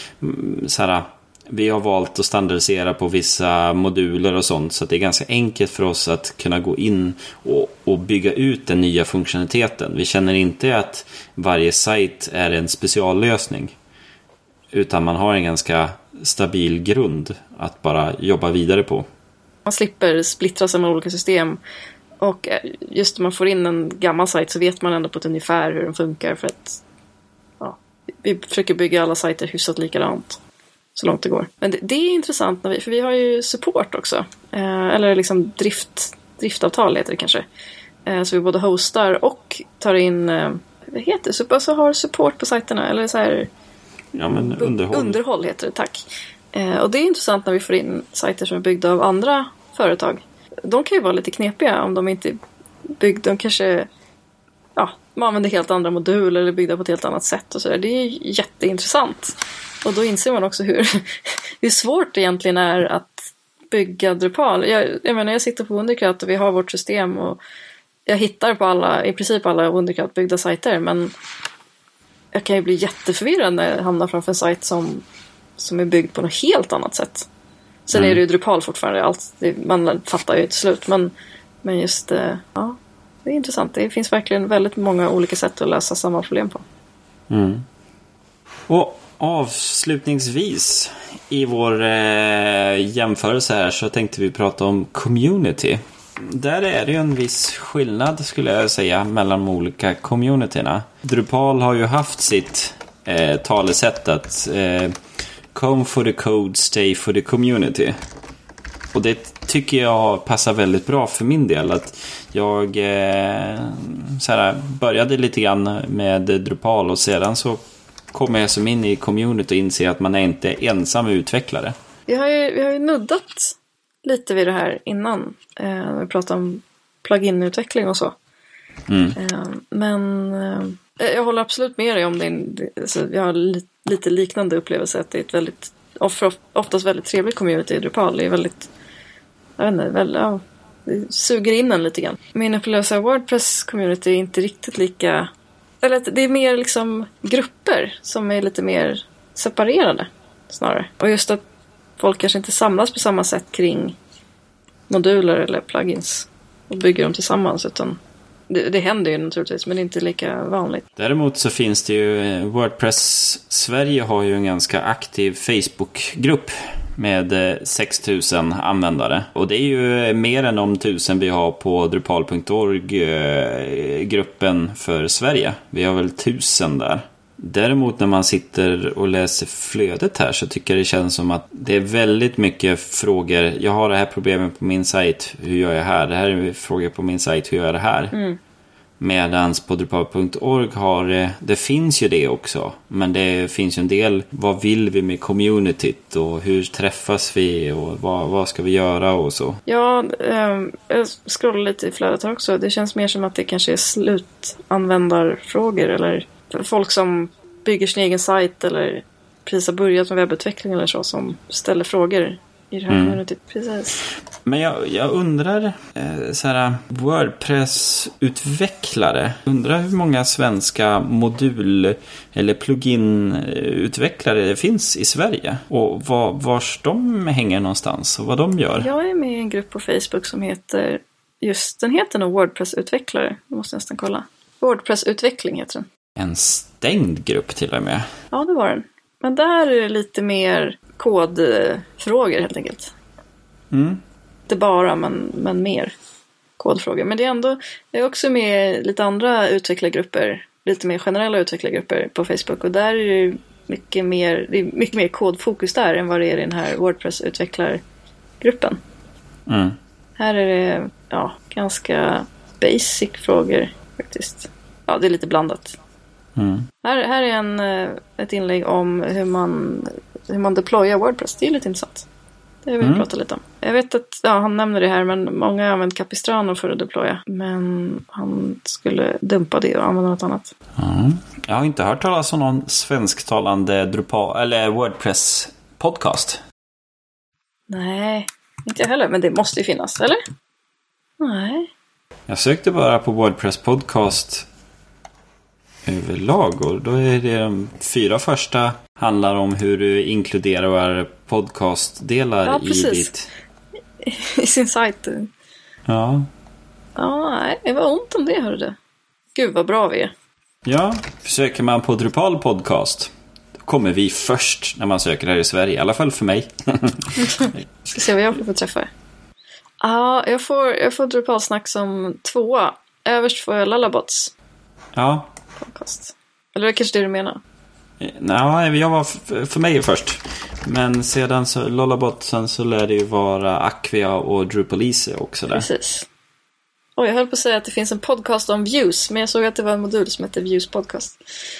vi har valt att standardisera på vissa moduler och sånt, så att det är ganska enkelt för oss att kunna gå in och bygga ut den nya funktionaliteten. Vi känner inte att varje sajt är en speciallösning, utan man har en ganska stabil grund att bara jobba vidare på. Man slipper splittra sig med olika system. Och just när man får in en gammal sajt så vet man ändå på ett ungefär hur den funkar. För att vi försöker bygga alla sajter hyfsat likadant så långt det går. Men det är intressant, för vi har ju support också. Eller liksom driftavtal heter det kanske. Så vi både hostar och tar in, vad heter det? Så alltså har support på sajterna. Eller så här... Ja, men underhåll heter det, tack. Och det är intressant när vi får in sajter som är byggda av andra företag. De kan ju vara lite knepiga om de inte är byggda. De kanske man använder helt andra moduler eller byggda på ett helt annat sätt och så där. Det är jätteintressant. Och då inser man också hur svårt det egentligen är att bygga Drupal. Jag menar, jag sitter på Wunderkraft och vi har vårt system och jag hittar på i princip alla Wunderkraft byggda sajter, men jag kan ju bli jätteförvirrad när jag hamnar framför en sajt som är byggd på något helt annat sätt. Sen är det ju Drupal fortfarande. Man fattar ju till slut. Men just, det är intressant. Det finns verkligen väldigt många olika sätt att lösa samma problem på. Mm. Och avslutningsvis i vår jämförelse här så tänkte vi prata om community. Där är det ju en viss skillnad, skulle jag säga, mellan de olika communityna. Drupal har ju haft sitt talesätt att come for the code, stay for the community. Och det tycker jag passar väldigt bra för min del. Att jag började lite grann med Drupal och sedan så kommer jag som in i community och inser att man är inte ensam utvecklare. Vi har ju nuddat lite vid det här innan. Vi pratade om plugin-utveckling och så. Men jag håller absolut med dig om det. Jag har lite liknande upplevelse att det är ett väldigt, oftast väldigt trevligt community i Drupal. Det är väldigt, jag vet inte, det suger in en lite grann. Min upplevelse av WordPress-community är inte riktigt lika, eller det är mer liksom grupper som är lite mer separerade snarare. Och just att folk kanske inte samlas på samma sätt kring moduler eller plugins och bygger dem tillsammans, utan det händer ju naturligtvis, men det är inte lika vanligt. Däremot så finns det ju, WordPress Sverige har ju en ganska aktiv Facebook-grupp med 6000 användare. Och det är ju mer än de 1000 vi har på Drupal.org-gruppen för Sverige. Vi har väl 1000 där. Däremot när man sitter och läser flödet här så tycker jag det känns som att det är väldigt mycket frågor. Jag har det här problemet på min sajt, hur gör jag här? Det här är frågor på min sajt, hur gör jag det här? Medans på Drupal.org det finns ju det också. Men det finns ju en del, vad vill vi med communityt och hur träffas vi och vad ska vi göra och så. Ja, jag scrollar lite i flödet här också. Det känns mer som att det kanske är slutanvändarfrågor eller folk som bygger sin egen sajt eller precis har börjat med webbutveckling eller så, som ställer frågor i det här communityt. Precis. Men jag undrar, WordPress-utvecklare, undrar hur många svenska modul- eller plugin-utvecklare det finns i Sverige och vars de hänger någonstans och vad de gör. Jag är med i en grupp på Facebook som heter just, den heter nog WordPress-utvecklare. Jag måste nästan kolla. WordPress-utveckling heter den. En stängd grupp till och med. Ja, det var den. Men där är det lite mer kodfrågor helt enkelt. Inte bara, men mer kodfrågor. Men det är också med lite andra utvecklargrupper, lite mer generella utvecklargrupper på Facebook. Och där är det mycket mer kodfokus där än vad det är i den här WordPress-utvecklargruppen. Här är det ganska basic frågor faktiskt. Ja, det är lite blandat. Här är ett inlägg om hur man deployar WordPress. Det är lite intressant. Det vill jag prata lite om. Jag vet att han nämner det här, men många har använt Capistrano för att deploya. Men han skulle dumpa det och använda något annat. Jag har inte hört talas om någon svensktalande Drupal eller WordPress-podcast. Nej, inte jag heller. Men det måste ju finnas, eller? Nej. Jag sökte bara på WordPress-podcast överlag, och då är det de 4 första handlar om hur du inkluderar podcastdelar i ditt... i sin sajt. Ja. Ja, nej, det var ont om det, hörde du. Gud vad bra vi är. Ja, söker man på Drupal podcast, då kommer vi först när man söker här i Sverige. I alla fall för mig. Ska se vad jag får träffa. Ja, jag får Drupal-snack som 2. Överst får jag Lullabots. Ja. Podcast. Eller är det kanske det du menar? Nej, jag var för mig först. Men sedan så Lullabotsen så lär det ju vara Acquia och Drupalise också där. Precis. Jag höll på att säga att det finns en podcast om views, men jag såg att det var en modul som heter Views Podcast.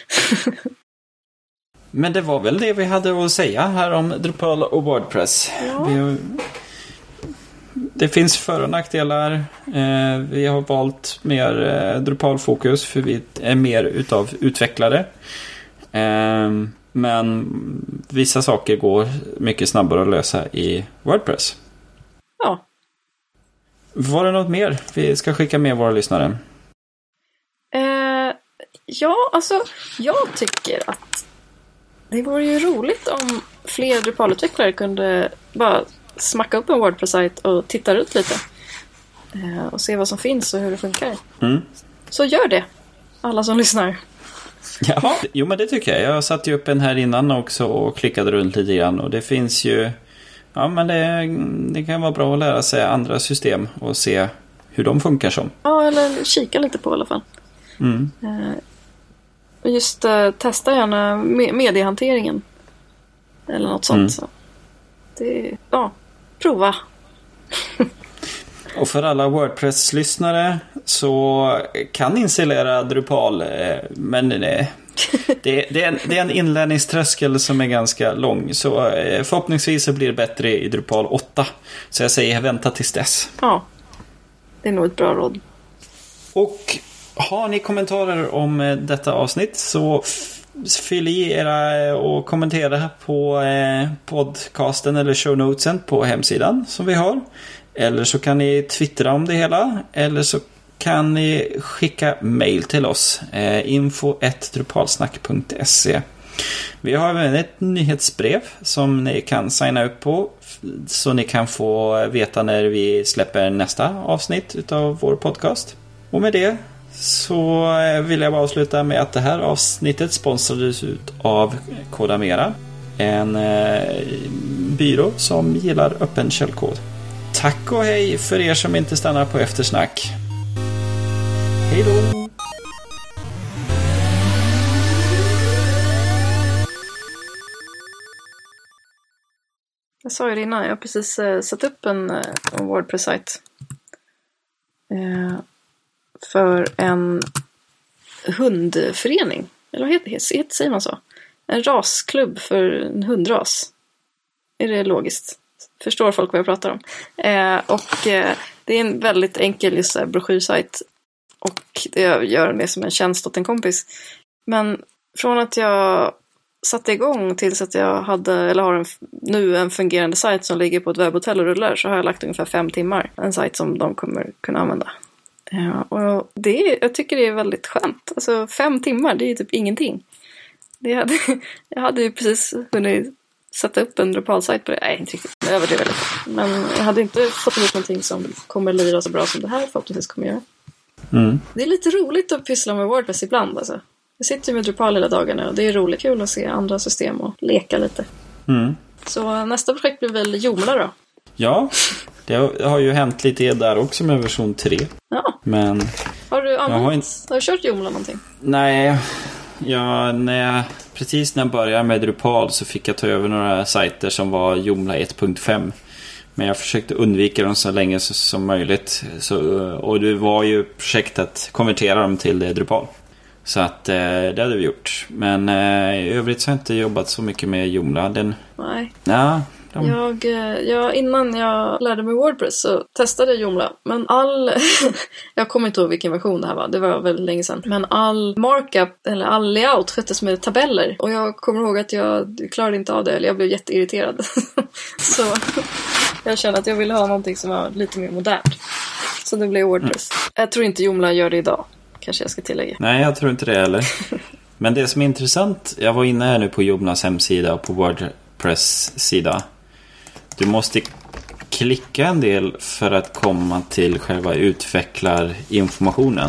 Men det var väl det vi hade att säga här om Drupal och WordPress. Ja. Det finns för- och nackdelar. Vi har valt mer Drupal-fokus för vi är mer utav utvecklare. Men vissa saker går mycket snabbare att lösa i WordPress. Ja. Var det något mer vi ska skicka med våra lyssnare? Ja, alltså jag tycker att det vore ju roligt om fler Drupal-utvecklare kunde bara smacka upp en WordPress-sajt och titta ut lite. Och se vad som finns och hur det funkar. Så gör det, alla som lyssnar. Ja, jo men det tycker jag. Jag satte ju upp en här innan också och klickade runt lite grann. Och det finns ju... Ja, men det kan vara bra att lära sig andra system och se hur de funkar som. Ja, eller kika lite på i alla fall. Och just testa gärna mediehanteringen. Eller något sånt. Så. Prova. Och för alla WordPress-lyssnare så kan installera Drupal, men det är en inlärningströskel som är ganska lång. Så förhoppningsvis så blir det bättre i Drupal 8. Så jag säger vänta tills dess. Ja, det är nog ett bra råd. Och har ni kommentarer om detta avsnitt så fyll i era och kommentera på podcasten eller shownotesen på hemsidan som vi har. Eller så kan ni twittra om det hela. Eller så kan ni skicka mail till oss. info@drupalsnack.se. Vi har även ett nyhetsbrev som ni kan signa upp på. Så ni kan få veta när vi släpper nästa avsnitt utav vår podcast. Och med det så vill jag bara avsluta med att det här avsnittet sponsrades ut av Kodamera. En byrå som gillar öppen källkod. Tack och hej för er som inte stannar på eftersnack. Hej då! Jag sa ju det innan, jag har precis satt upp en WordPress-sajt för en hundförening. Eller vad säger man så? En rasklubb för en hundras. Är det logiskt? Förstår folk vad jag pratar om? Det är en väldigt enkel just broschyrsajt. Och jag gör det som en tjänst åt en kompis. Men från att jag satte igång tills att jag har nu en fungerande sajt som ligger på ett webbhotell och rullar, så har jag lagt ungefär 5 timmar. En sajt som de kommer kunna använda. Och jag tycker det är väldigt skönt. Alltså 5 timmar, det är ju typ ingenting. Jag hade ju precis hunnit sätta upp en Drupal-sajt på det. Nej, inte riktigt. Jag överdriver lite. Men jag hade inte fått ihop någonting som kommer lira så bra som det här förhoppningsvis kommer göra. Det är lite roligt att pyssla med WordPress ibland alltså. Jag sitter ju med Drupal hela dagarna och det är roligt, kul att se andra system och leka lite. Så nästa projekt blir väl Joomla då? Ja, det har ju hänt lite där också med version 3. Ja. Men har du kört Joomla någonting? Nej, precis när jag började med Drupal så fick jag ta över några sajter som var Joomla 1.5. Men jag försökte undvika dem så länge som möjligt. Och det var ju projekt att konvertera dem till Drupal. Så att det hade vi gjort. Men i övrigt så har jag inte jobbat så mycket med Joomla. Nej. Ja, innan jag lärde mig WordPress så testade jag Joomla. Men jag kommer inte ihåg vilken version det här var. Det var väldigt länge sedan. Men all markup eller all layout sköttes med tabeller. Och jag kommer ihåg att jag klarade inte av det. Eller jag blev jätteirriterad. Så jag kände att jag ville ha någonting som var lite mer modernt. Så det blev WordPress. Jag tror inte Joomla gör det idag. Kanske jag ska tillägga. Nej, jag tror inte det heller. Men det som är intressant, jag var inne här nu på Joomlas hemsida och på WordPress-sida. Du måste klicka en del för att komma till själva utvecklarinformationen.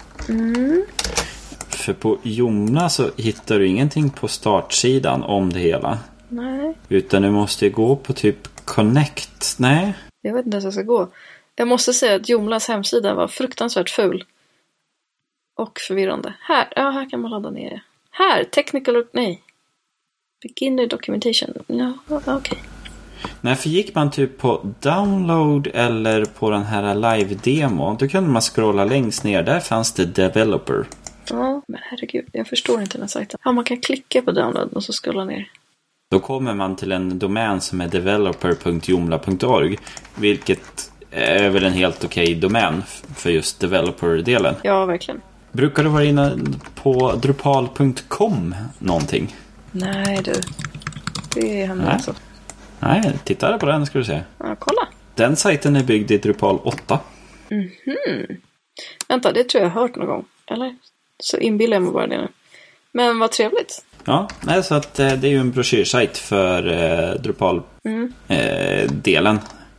För på Joomla så hittar du ingenting på startsidan om det hela. Nej. Utan du måste gå på typ Connect. Nej. Jag vet inte hur jag ska gå. Jag måste säga att Joomlas hemsida var fruktansvärt ful. Och förvirrande. Här kan man ladda ner det. Här, beginner documentation. Ja, okej. Nej, för gick man typ på download eller på den här live-demo, då kunde man scrolla längst ner. Där fanns det developer. Ja, men herregud, jag förstår inte den här sajten. Ja, man kan klicka på download och så scrolla ner. Då kommer man till en domän som är developer.joomla.org, vilket är väl en helt okej domän för just developer-delen. Ja, verkligen. Brukar du vara inne på drupal.com någonting? Nej du, det händer alltså. Nej, titta på den ska du se. Ja, kolla. Den sajten är byggd i Drupal 8. Vänta, det tror jag har hört någon gång. Eller? Så inbillar jag mig bara det nu. Men vad trevligt. Ja, nej, så att det är ju en broschyrsajt för Drupal-delen.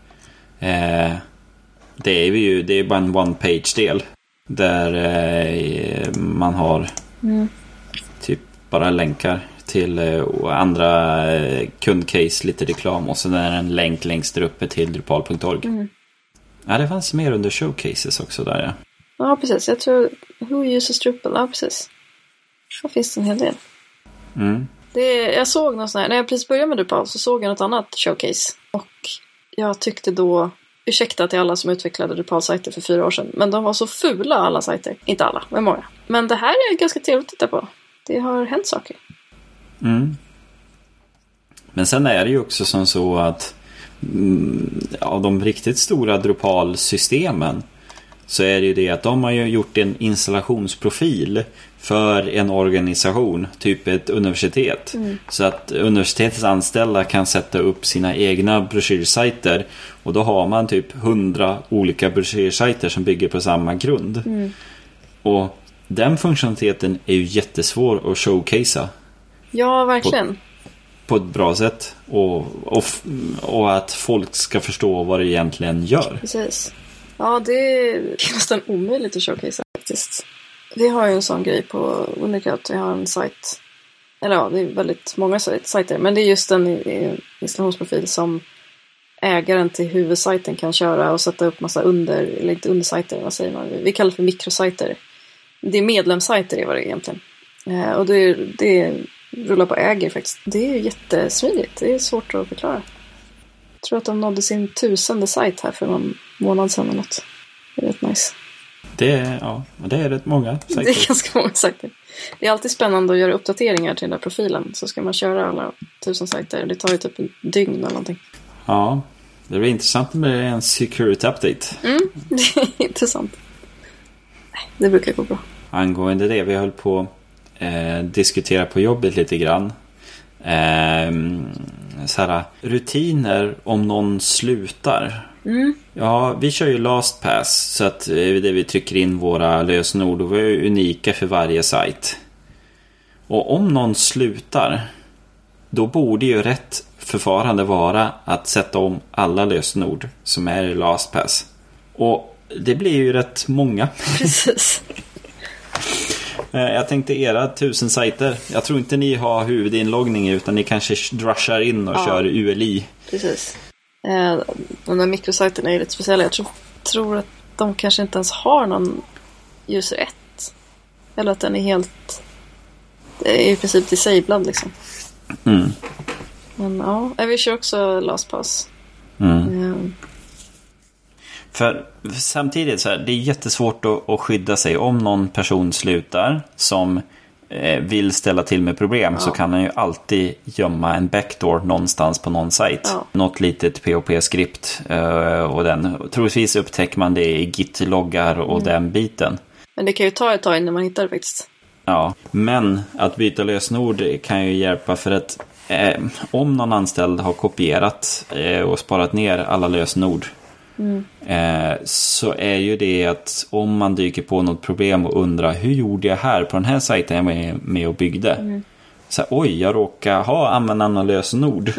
Det är bara en one-page-del. Där man har typ bara länkar till andra kundcase, lite reklam och så är en länk längst där uppe till drupal.org. Ja, det fanns mer under showcases också där. Ja, ja precis. Jag tror Who uses Drupal? Ja, precis. Då finns det en hel del. Jag såg någon sån här, när jag precis började med Drupal så såg jag något annat showcase. Och jag tyckte då, ursäkta till alla som utvecklade Drupal-sajter för 4 år sedan, men de var så fula alla sajter. Inte alla, men många. Men det här är ganska trevligt att titta på. Det har hänt saker. Men sen är det ju också som så att av de riktigt stora Drupal-systemen så är det ju det att de har ju gjort en installationsprofil för en organisation, typ ett universitet. Så att universitetets anställda kan sätta upp sina egna broschyrsajter och då har man typ 100 olika broschyrsajter som bygger på samma grund. Och den funktionaliteten är ju jättesvår att showcasea. Ja, verkligen. På ett bra sätt och att folk ska förstå vad det egentligen gör. Precis. Ja, det är nästan omöjligt att showcasea faktiskt. Vi har ju en sån grej på Unicode. Vi har en sajt. Eller ja, det är väldigt många sajter. Men det är just en installationsprofil som ägaren till huvudsajten kan köra och sätta upp massa eller inte undersajter, vad säger man? Vi kallar det för mikrosajter. Det är medlemssajter är vad det är egentligen. Och det rullar på äger faktiskt. Det är ju jättesmidigt. Det är svårt att förklara. Jag tror att de nådde sin 1000:e sajt här för någon månad sedan eller något. Det är rätt nice. Det är rätt många sajter. Det är ganska många sajter. Det är alltid spännande att göra uppdateringar till den där profilen. Så ska man köra alla 1000 sajter. Det tar ju typ en dygn eller någonting. Ja, det blir intressant med en security update. Det är intressant. Det brukar gå bra. Angående det, vi höll på diskutera på jobbet lite grann. Såhär, rutiner om någon slutar. Ja, vi kör ju LastPass så att det vi trycker in våra lösenord och vi är unika för varje sajt. Och om någon slutar, då borde ju rätt förfarande vara att sätta om alla lösenord som är i LastPass. Och det blir ju rätt många. Precis. Jag tänkte era 1000 sajter. Jag tror inte ni har huvudinloggning, utan ni kanske drushar in och kör ULI. Precis. De där mikrosajterna är lite speciella. Jag tror att de kanske inte ens har någon user 1. Eller att den är helt... Det är i princip disabled liksom. Men ja, vi kör också LastPass. För samtidigt så här, det är jättesvårt att skydda sig. Om någon person slutar som vill ställa till med problem, så kan han ju alltid gömma en backdoor någonstans på någon sajt. Något litet POP-skript och den. Troligtvis upptäcker man det i Git-loggar och den biten. Men det kan ju ta ett tag innan man hittar det faktiskt. Ja, men att byta lösenord kan ju hjälpa, för att om någon anställd har kopierat och sparat ner alla lösenord, så är ju det att om man dyker på något problem och undrar hur gjorde jag här på den här sajten jag var med och byggde, så här, oj, jag råkar använda andra lösenord.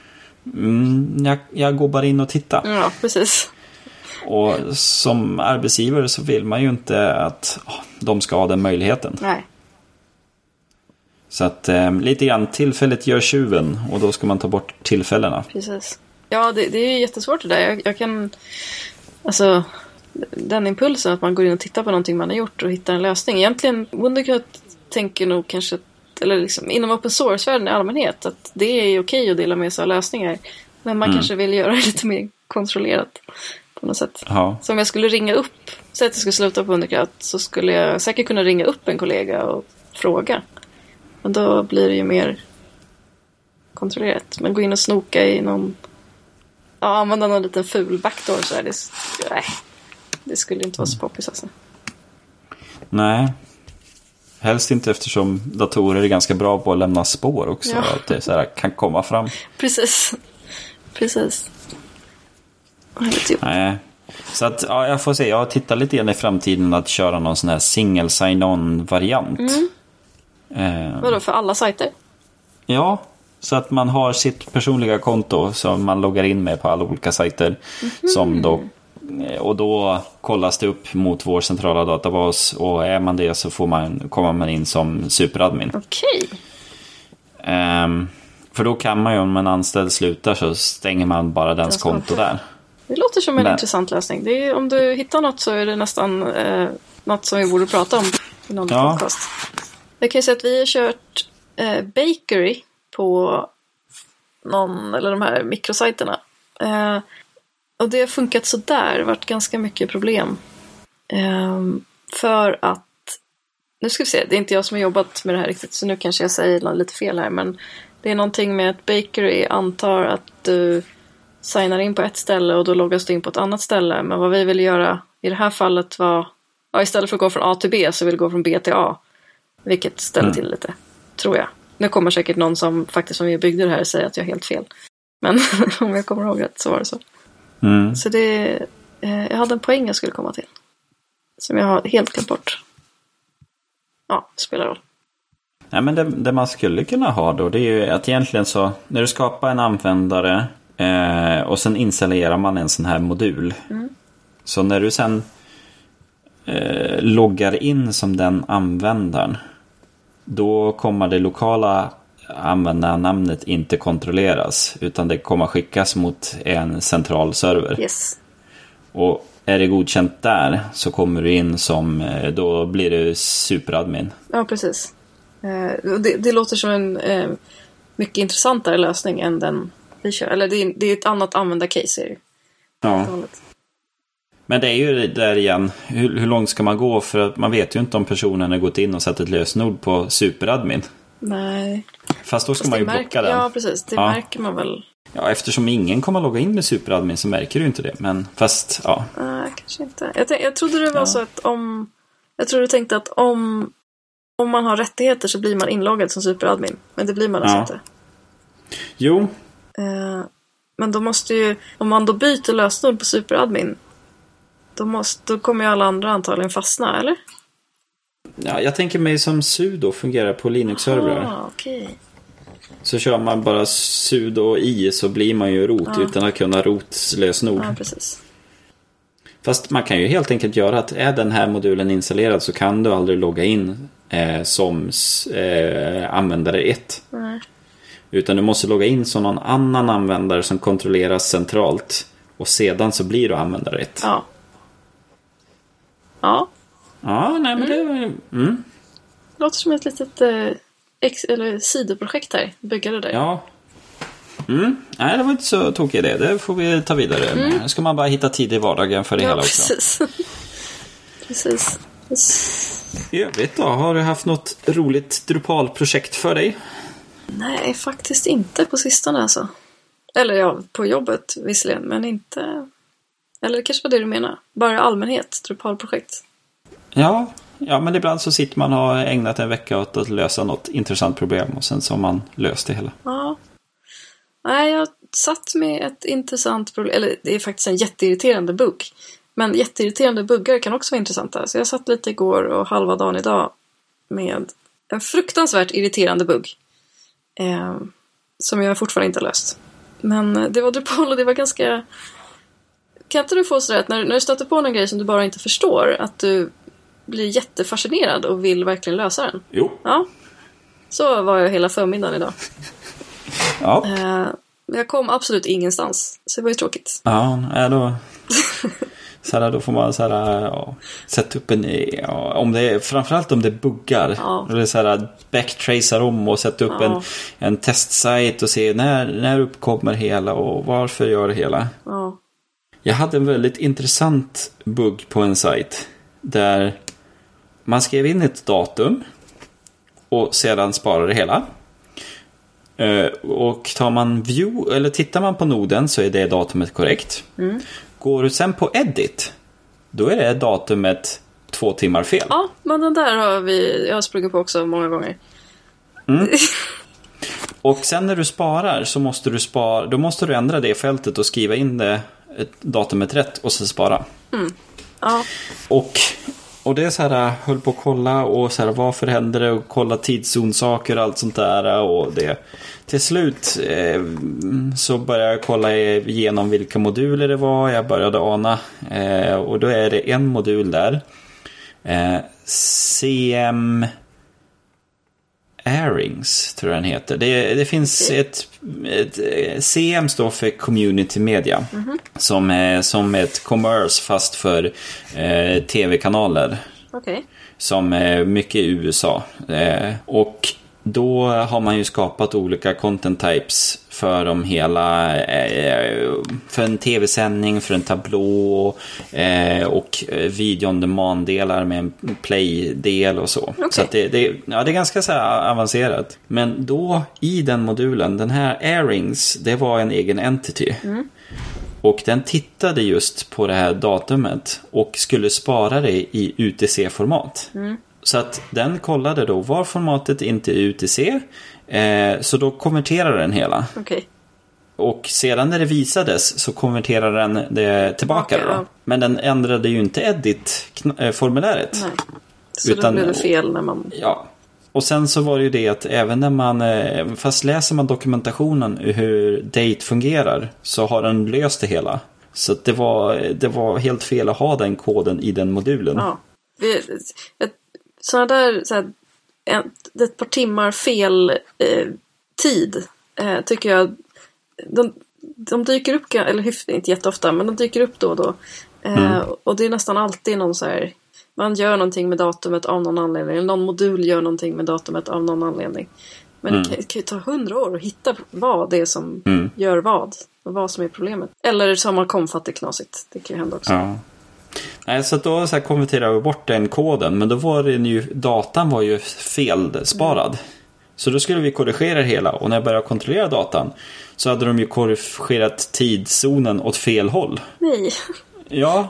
Jag går bara in och tittar. Ja, precis. Och som arbetsgivare så vill man ju inte att de ska ha den möjligheten. Nej. Så att lite grann tillfället gör tjuven, och då ska man ta bort tillfällena. Precis. Ja, det är ju jättesvårt det där. Jag kan... Alltså, den impulsen att man går in och tittar på någonting man har gjort och hittar en lösning. Egentligen, Wundercut tänker nog kanske, eller liksom inom open source-världen i allmänhet, att det är okej att dela med sig av lösningar. Men man kanske vill göra det lite mer kontrollerat på något sätt. Ja. Så om jag skulle ringa upp, så att jag skulle sluta på Wundercut, så skulle jag säkert kunna ringa upp en kollega och fråga. Men då blir det ju mer kontrollerat. Men gå in och snoka i någon... Ja, använda någon liten ful backdoor så är det... Nej, det skulle inte vara så poppis alltså. Nej. Helst inte, eftersom datorer är ganska bra på att lämna spår också. Ja. Att det så här kan komma fram. Precis. Nej. Så att, ja, jag får se. Jag tittar lite grann i framtiden att köra någon sån här single sign-on-variant. Vadå, för alla sajter? Ja, så att man har sitt personliga konto som man loggar in med på alla olika sajter. Som då, och då kollas det upp mot vår centrala databas, och är man det så kommer man in som superadmin. Okej. För då kan man ju, om en anställd slutar, så stänger man bara dens konto där. Det låter som en intressant lösning. Det är, om du hittar något så är det nästan något som vi borde prata om i någon podcast. Jag kan ju säga att vi har kört Bakery på någon eller de här mikrosajterna. Och det har funkat så där. Det har varit ganska mycket problem. För att, nu ska vi se, det är inte jag som har jobbat med det här riktigt, så nu kanske jag säger lite fel här, men det är någonting med att Bakery antar att du signar in på ett ställe och då loggas du in på ett annat ställe. Men vad vi vill göra i det här fallet var, istället för att gå från A till B så vill vi gå från B till A. Vilket ställer till lite, tror jag. Nu kommer säkert någon som faktiskt, som vi byggde det här, säga att jag är helt fel. Men om jag kommer ihåg rätt så var det så. Så det, jag hade en poäng jag skulle komma till. Som jag har helt glömt bort. Ja, det spelar roll. Nej, men det man skulle kunna ha då, det är ju att egentligen så, när du skapar en användare och sen installerar man en sån här modul. Så när du sen loggar in som den användaren, då kommer det lokala användarnamnet inte kontrolleras, utan det kommer skickas mot en central server. Yes. Och är det godkänt där så kommer du in som, då blir du superadmin. Ja, precis. Det låter som en mycket intressantare lösning än den vi kör. Eller det är ett annat användarcase. Ja. Men det är ju där igen, hur långt ska man gå? För att man vet ju inte om personen har gått in och satt ett lösenord på superadmin. Nej. Fast då ska man ju blocka den. Ja, precis. Det märker man väl. Ja, eftersom ingen kommer att logga in med superadmin så märker du inte det. Men fast, ja. Nej, kanske inte. Jag trodde det var så att jag tror du tänkte att om man har rättigheter så blir man inloggad som superadmin. Men det blir man alltså inte. Jo. Men då måste ju, om man då byter lösenord på superadmin, då kommer ju alla andra antagligen fastna, eller? Ja, jag tänker mig som sudo fungerar på Linux-servrar. Okej. Så kör man bara sudo i så blir man ju rot utan att kunna rotlösenord. Ja, precis. Fast man kan ju helt enkelt göra att är den här modulen installerad så kan du aldrig logga in som användare 1. Nej. Utan du måste logga in som någon annan användare som kontrolleras centralt. Och sedan så blir du användare 1. Ja. Ja. Ja, nej men det... Låter som ett litet eller sidoprojekt här. Bygga det där. Ja. Nej, det var inte så tokig idé. Det får vi ta vidare. Nu ska man bara hitta tid i vardagen för det hela också. Precis. I övrigt då, har du haft något roligt Drupal-projekt för dig? Nej, faktiskt inte på sistone alltså. Eller ja, på jobbet visserligen, men inte... Eller det kanske var det du menar. Bara i allmänhet, Drupal-projekt. Ja, men ibland så sitter man och har ägnat en vecka åt att lösa något intressant problem och sen så har man löst det hela. Ja. Nej, jag satt med ett intressant problem. Eller det är faktiskt en jätteirriterande bugg. Men jätteirriterande buggar kan också vara intressanta. Så jag satt lite igår och halva dagen idag med en fruktansvärt irriterande bugg. Som jag fortfarande inte har löst. Men det var Drupal och det var ganska... Kan inte du få sådär att när du stöter på en grej som du bara inte förstår, att du blir jättefascinerad och vill verkligen lösa den? Jo. Ja. Så var jag hela förmiddagen idag. Ja. Jag kom absolut ingenstans. Så det var ju tråkigt. Ja, då... Då får man sätta upp en... om det är, framförallt om det buggar. Ja. Eller backtracer om och sätta upp en testsajt och se när uppkommer hela och varför gör det hela. Ja. Jag hade en väldigt intressant bugg på en sajt där man skrev in ett datum och sedan sparar det hela. Och tar man view eller tittar man på noden så är det datumet korrekt. Går du sen på edit, då är det datumet 2 timmar fel. Ja, men den där jag har sprungit på också många gånger. Och sen när du sparar så måste du ändra det fältet och skriva in det datumet rätt och sen spara. Ja. Och det är så här, höll på att kolla och så här, varför händer det och kolla tidszonsaker och allt sånt där och det. Till slut så började jag kolla igenom vilka moduler det var. Jag började ana och då är det en modul där. CM Airings tror jag den heter. Det finns ett CM står för Community Media som är ett commerce fast för tv-kanaler. Okej. Som är mycket i USA. Och då har man ju skapat olika content types för dem hela, för en tv-sändning, för en tablå och video on demand-delar med en play-del och så. Okay. Så att det är ganska så här avancerat. Men då i den modulen, den här Airings, det var en egen entity. Och den tittade just på det här datumet och skulle spara det i UTC-format. Så att den kollade då, var formatet inte UTC, så då konverterade den hela. Okay. Och sedan när det visades så konverterade den det tillbaka då. Ja. Men den ändrade ju inte edit-formuläret. Nej. Så då blev det fel när man... Ja. Och sen så var det ju det att även när man, fast läser man dokumentationen hur Date fungerar så har den löst det hela. Så att det var helt fel att ha den koden i den modulen. Ja. Sådana där ett par timmar fel tid tycker jag de dyker upp, eller inte jätteofta, men de dyker upp då och då. Och det är nästan alltid någon så här, man gör någonting med datumet av någon anledning, eller någon modul gör någonting med datumet av någon anledning. Men det kan ju ta 100 år att hitta vad det är som gör vad och vad som är problemet. Eller som har konfattigt-knasigt. Det kan ju hända också. Ja. Nej, så då så här konverterade vi bort den koden, men då var det ju, datan var ju felsparad. Så då skulle vi korrigera det hela, och när jag började kontrollera datan så hade de ju korrigerat tidszonen åt fel håll. Nej. Ja,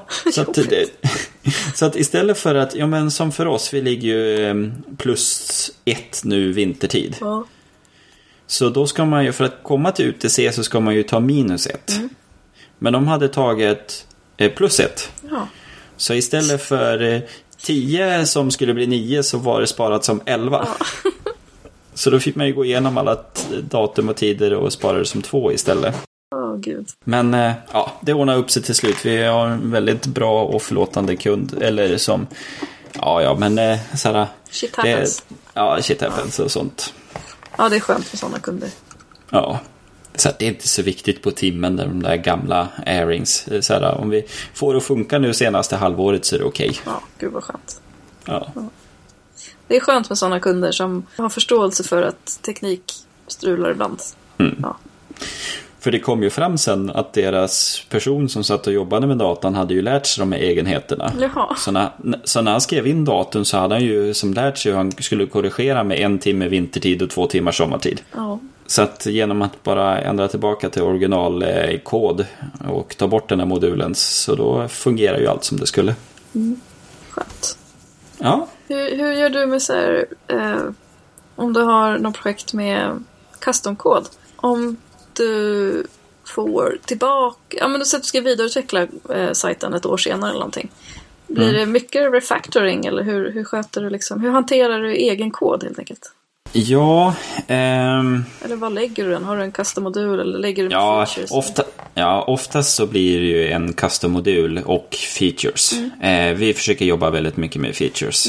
så att istället för att, ja men som för oss, vi ligger ju +1 nu vintertid. Ja. Så då ska man ju, för att komma till UTC så ska man ju ta -1. Men de hade tagit +1. Ja. Så istället för 10 som skulle bli 9 så var det sparat som 11. Ja. Så då fick man ju gå igenom alla datum och tider och spara det som 2 istället. Gud. Men ja, det ordnar upp sig till slut. Vi har en väldigt bra och förlåtande kund. Eller som, men såhär. Shit happens. Shit happens och sånt. Ja, det är skönt för sådana kunder. Ja, så det är inte så viktigt på timmen där de där gamla airings. Så här, om vi får det att funka nu senaste halvåret så är det okej. Ja, gud vad skönt. Ja. Det är skönt med sådana kunder som har förståelse för att teknik strular ibland. Ja. För det kom ju fram sen att deras person som satt och jobbade med datan hade ju lärt sig de här egenheterna. Jaha. Så när han skrev in datorn så hade han ju som lärt sig hur han skulle korrigera med 1 timme vintertid och 2 timmar sommartid. Ja. Så att genom att bara ändra tillbaka till originalkod och ta bort den här modulen så då fungerar ju allt som det skulle. Skönt. Ja. Hur gör du med så här, om du har något projekt med custom-kod? Om du får tillbaka, men du säger att du ska vidareutveckla sajten ett år senare eller någonting. Blir det mycket refactoring eller hur sköter du liksom, hur hanterar du egen kod helt enkelt? Ja. Eller vad lägger du den? Har du en custom-modul eller lägger du features? Oftast så blir det ju en custom-modul och features. Vi försöker jobba väldigt mycket med features.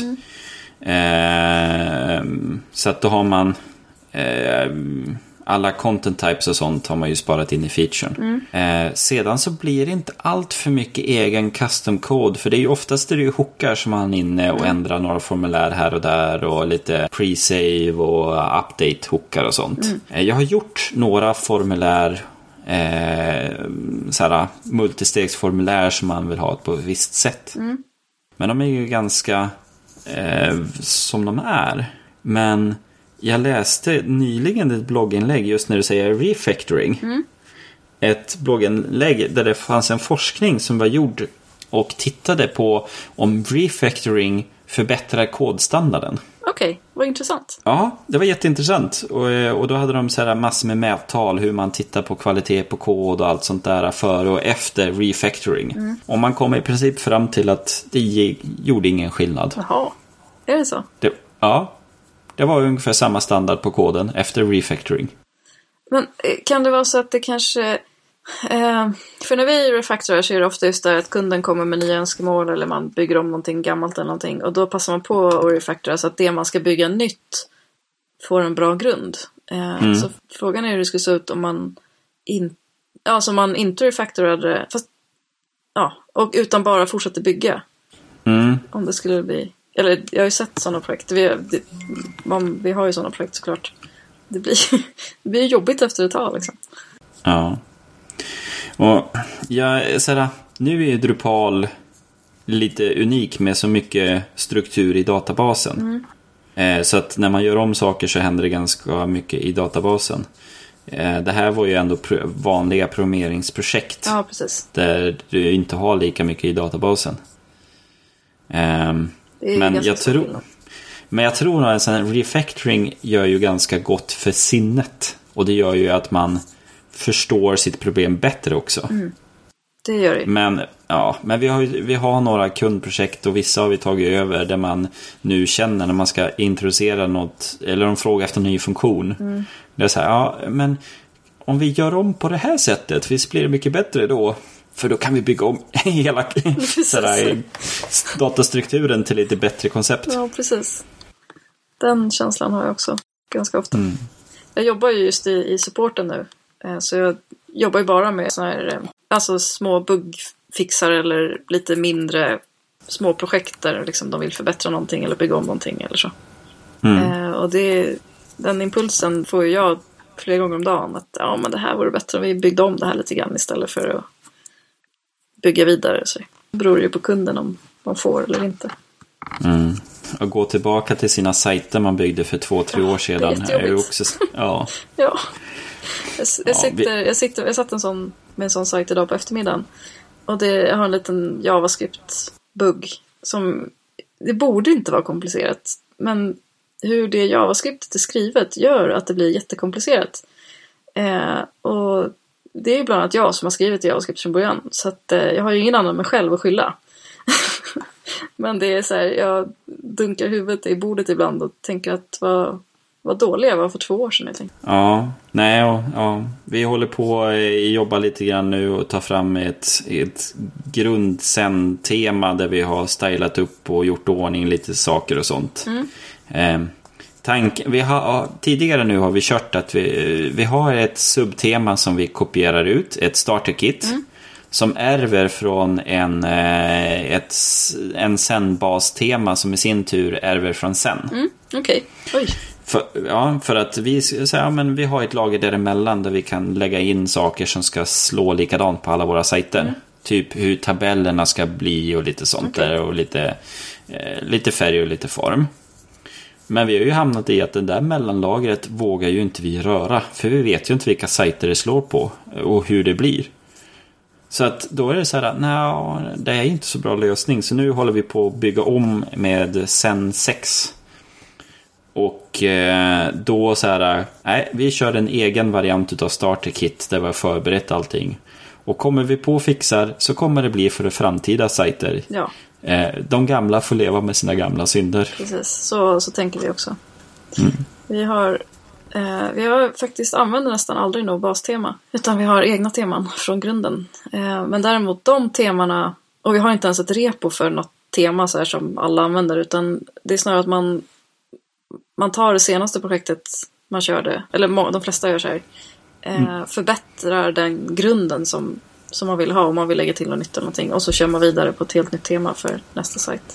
Så att då har man alla content types och sånt har man ju sparat in i featuren. Sedan så blir det inte allt för mycket egen custom code, för det är ju oftast det är ju hookar som man är inne och ändrar några formulär här och där och lite pre-save och update hookar och sånt. Jag har gjort några formulär, såhär multistegsformulär som man vill ha på ett visst sätt. Men de är ju ganska som de är. Men jag läste nyligen ett blogginlägg just när du säger refactoring. Ett blogginlägg där det fanns en forskning som var gjord och tittade på om refactoring förbättrar kodstandarden. Okej, vad intressant. Ja, det var jätteintressant. Och då hade de så här massor med mättal hur man tittar på kvalitet på kod och allt sånt där före och efter refactoring. Och man kom i princip fram till att det gjorde ingen skillnad. Jaha, är det så? Det var ungefär samma standard på koden efter refactoring. Men kan det vara så att det kanske... för när vi refactorar så är det ofta just där att kunden kommer med nya önskemål eller man bygger om någonting gammalt eller någonting. Och då passar man på att refactora så att det man ska bygga nytt får en bra grund. Så frågan är hur det skulle se ut om man inte refactorade fast, och utan bara fortsatte bygga. Om det skulle bli... Eller jag har ju sett sådana projekt. Vi har ju sådana projekt såklart. Det blir jobbigt efter ett tag liksom. Ja. Och nu är ju Drupal lite unik med så mycket struktur i databasen. Så att när man gör om saker så händer det ganska mycket i databasen. Det här var ju ändå vanliga programmeringsprojekt. Ja, precis. Där du inte har lika mycket i databasen. Men jag tror att en sån här refactoring gör ju ganska gott för sinnet. Och det gör ju att man förstår sitt problem bättre också. Det gör det. Men vi har några kundprojekt och vissa har vi tagit över där man nu känner när man ska introducera något eller de frågar efter en ny funktion. Det är så här, men om vi gör om på det här sättet, visst blir det mycket bättre då? För då kan vi bygga om hela datastrukturen till lite bättre koncept. Ja, precis. Den känslan har jag också ganska ofta. Jag jobbar ju just i supporten nu. Så jag jobbar ju bara med såna här, alltså små bugfixar eller lite mindre små projekt där liksom de vill förbättra någonting eller bygga om någonting eller så. Och den impulsen får ju jag flera gånger om dagen. Att men det här vore bättre om vi byggde om det här lite grann istället för att bygga vidare. Så det beror ju på kunden om man får eller inte. Och gå tillbaka till sina sajter man byggde för 2-3 år sedan är ju också... Ja. Ja. Jag satt med en sån sajt idag på eftermiddagen. Och jag har en liten JavaScript-bugg som... Det borde inte vara komplicerat. Men hur det JavaScript är skrivet gör att det blir jättekomplicerat. Och det är ju bland annat jag som har skrivit JavaScript från början. Så att jag har ju ingen annan än mig själv att skylla. Men det är så här, jag dunkar huvudet i bordet ibland och tänker att vad dåliga jag var för 2 år sedan, jag tänkte. Ja, vi håller på att jobba lite grann nu och ta fram ett grundsen-tema där vi har stylat upp och gjort ordning lite saker och sånt. Tidigare nu har vi kört att vi har ett subtema som vi kopierar ut, ett starterkit som ärver från en Zen-bastema som i sin tur ärver från Zen. Okej. Oj. För att vi har ett lager däremellan där vi kan lägga in saker som ska slå likadant på alla våra sajter. Typ hur tabellerna ska bli och lite sånt där, och lite färg och lite form. Men vi har ju hamnat i att det där mellanlagret vågar ju inte vi röra, för vi vet ju inte vilka sajter det slår på och hur det blir. Så att då är det så här, det är inte så bra lösning. Så nu håller vi på att bygga om med Zen 6. Och då så här, vi kör en egen variant utav starterkit där vi har förberett allting. Och kommer vi på fixar så kommer det bli för framtida sajter. Ja. De gamla får leva med sina gamla synder. Precis, så tänker vi också. Vi har faktiskt använder nästan aldrig något bastema, utan vi har egna teman från grunden. Men däremot de temana, och vi har inte ens ett repo för något tema så här som alla använder, utan det är snarare att man tar det senaste projektet man körde, eller de flesta gör så här, förbättrar den grunden som man vill ha, om man vill lägga till något nytt eller någonting, och så kör man vidare på ett helt nytt tema för nästa sajt.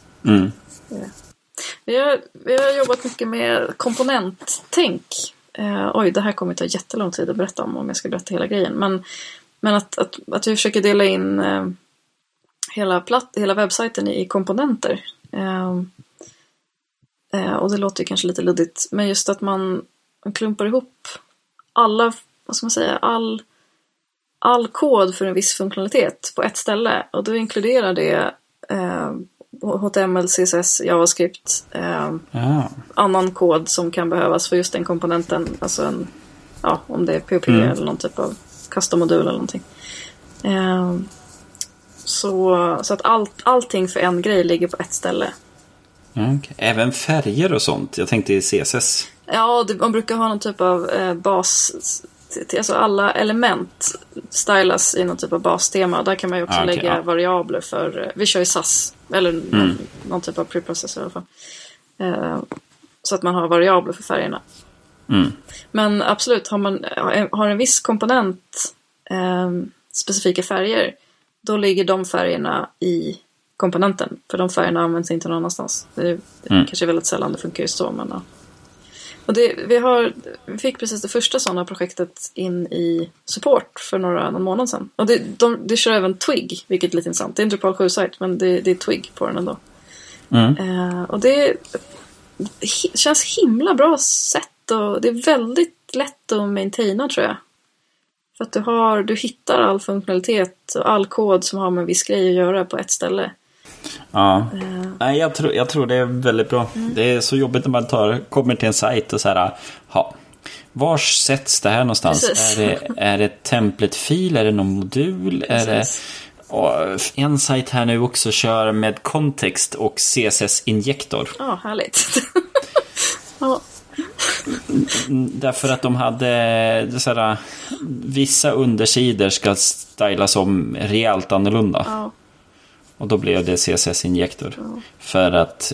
Vi har jobbat mycket med komponenttänk. Det här kommer ta jättelång tid att berätta om jag ska berätta hela grejen. Men att vi försöker dela in hela webbsajten i komponenter. Och det låter ju kanske lite luddigt, men just att man klumpar ihop alla, vad ska man säga, all kod för en viss funktionalitet på ett ställe, och då inkluderar det HTML, CSS, JavaScript, annan kod som kan behövas för just den komponenten, alltså om det är POP eller någon typ av custom-modul eller någonting. Så att allting för en grej ligger på ett ställe. Okay. Även färger och sånt. Jag tänkte i CSS. Ja, man brukar ha någon typ av bas. Alltså alla element stylas i någon typ av bastema. Där kan man ju också lägga variabler för. Vi kör ju SAS. Eller någon typ av preprocessor i alla fall. Så att man har variabler för färgerna. Men absolut, har en viss komponent specifika färger, då ligger de färgerna i komponenten. För de färgerna används inte någon annanstans. Det är kanske väldigt sällan det funkar just så. Men, ja. Och vi fick precis det första sådana projektet in i support för någon månad sedan. Och det kör även Twig, vilket är lite intressant. Det är en Drupal 7-sajt, men det är Twig på den ändå. Och det känns himla bra sätt, och det är väldigt lätt att maintaina, tror jag. För att du hittar all funktionalitet och all kod som har med en viss grej att göra på ett ställe. Ja, nej, jag tror det är väldigt bra. Det är så jobbigt när man kommer till en sajt och så här, var sätts det här någonstans? Är det templatefil? Är det någon modul? En sajt här nu också kör med kontext och CSS-injektor. Ja, härligt. Ja. Därför att de hade så här, vissa undersidor ska stylas om rejält annorlunda. Ja. Och då blev det CSS-injektor. För att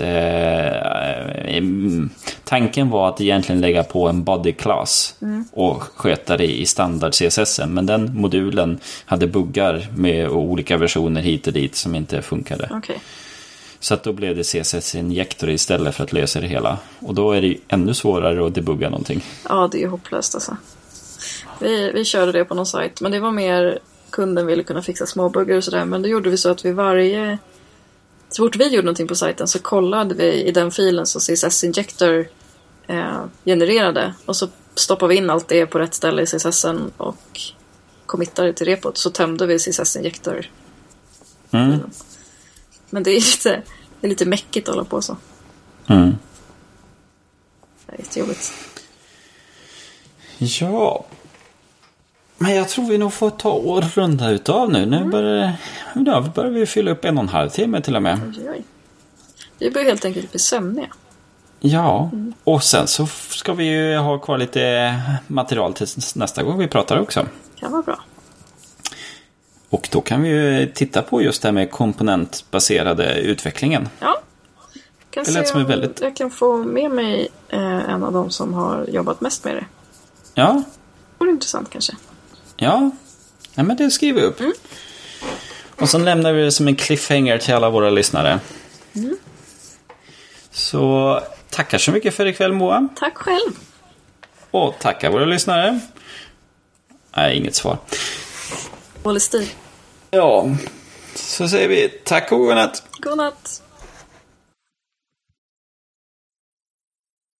tanken var att egentligen lägga på en body class och sköta det i standard CSS. Men den modulen hade buggar med olika versioner hit och dit som inte funkade. Okay. Så att då blev det CSS-injektor istället för att lösa det hela. Och då är det ännu svårare att debugga någonting. Ja, det är ju hopplöst alltså. Vi körde det på någon sajt, men det var mer kunden ville kunna fixa små buggar och sådär. Men då gjorde vi så att så fort vi gjorde någonting på sajten så kollade vi i den filen som CSS-injektor genererade. Och så stoppade vi in allt det på rätt ställe i CSSen och committade till repot. Så tömde vi CSS-injektor. Men det är lite mäckigt att hålla på så. Det är jättejobbigt. Ja. Men jag tror vi nog får ta och runda utav nu. Nu börjar vi fylla upp 1,5 timme till och med. Oj. Vi börjar helt enkelt bli sömniga. Ja, och sen så ska vi ju ha kvar lite material till nästa gång vi pratar också. Kan vara bra. Och då kan vi ju titta på just det här med komponentbaserade utvecklingen. Ja. Kan Det se lät som om ett väldigt... jag kan få med mig en av dem som har jobbat mest med det. Ja, Det vore intressant kanske. ja. Ja, men det skriver vi upp. Och så lämnar vi det som en cliffhanger till alla våra lyssnare. Så tackar så mycket för ikväll, Moa. Tack själv. Och tackar våra lyssnare. Nej, inget svar. Dålig stil. Ja, så säger vi tack och godnatt. God natt.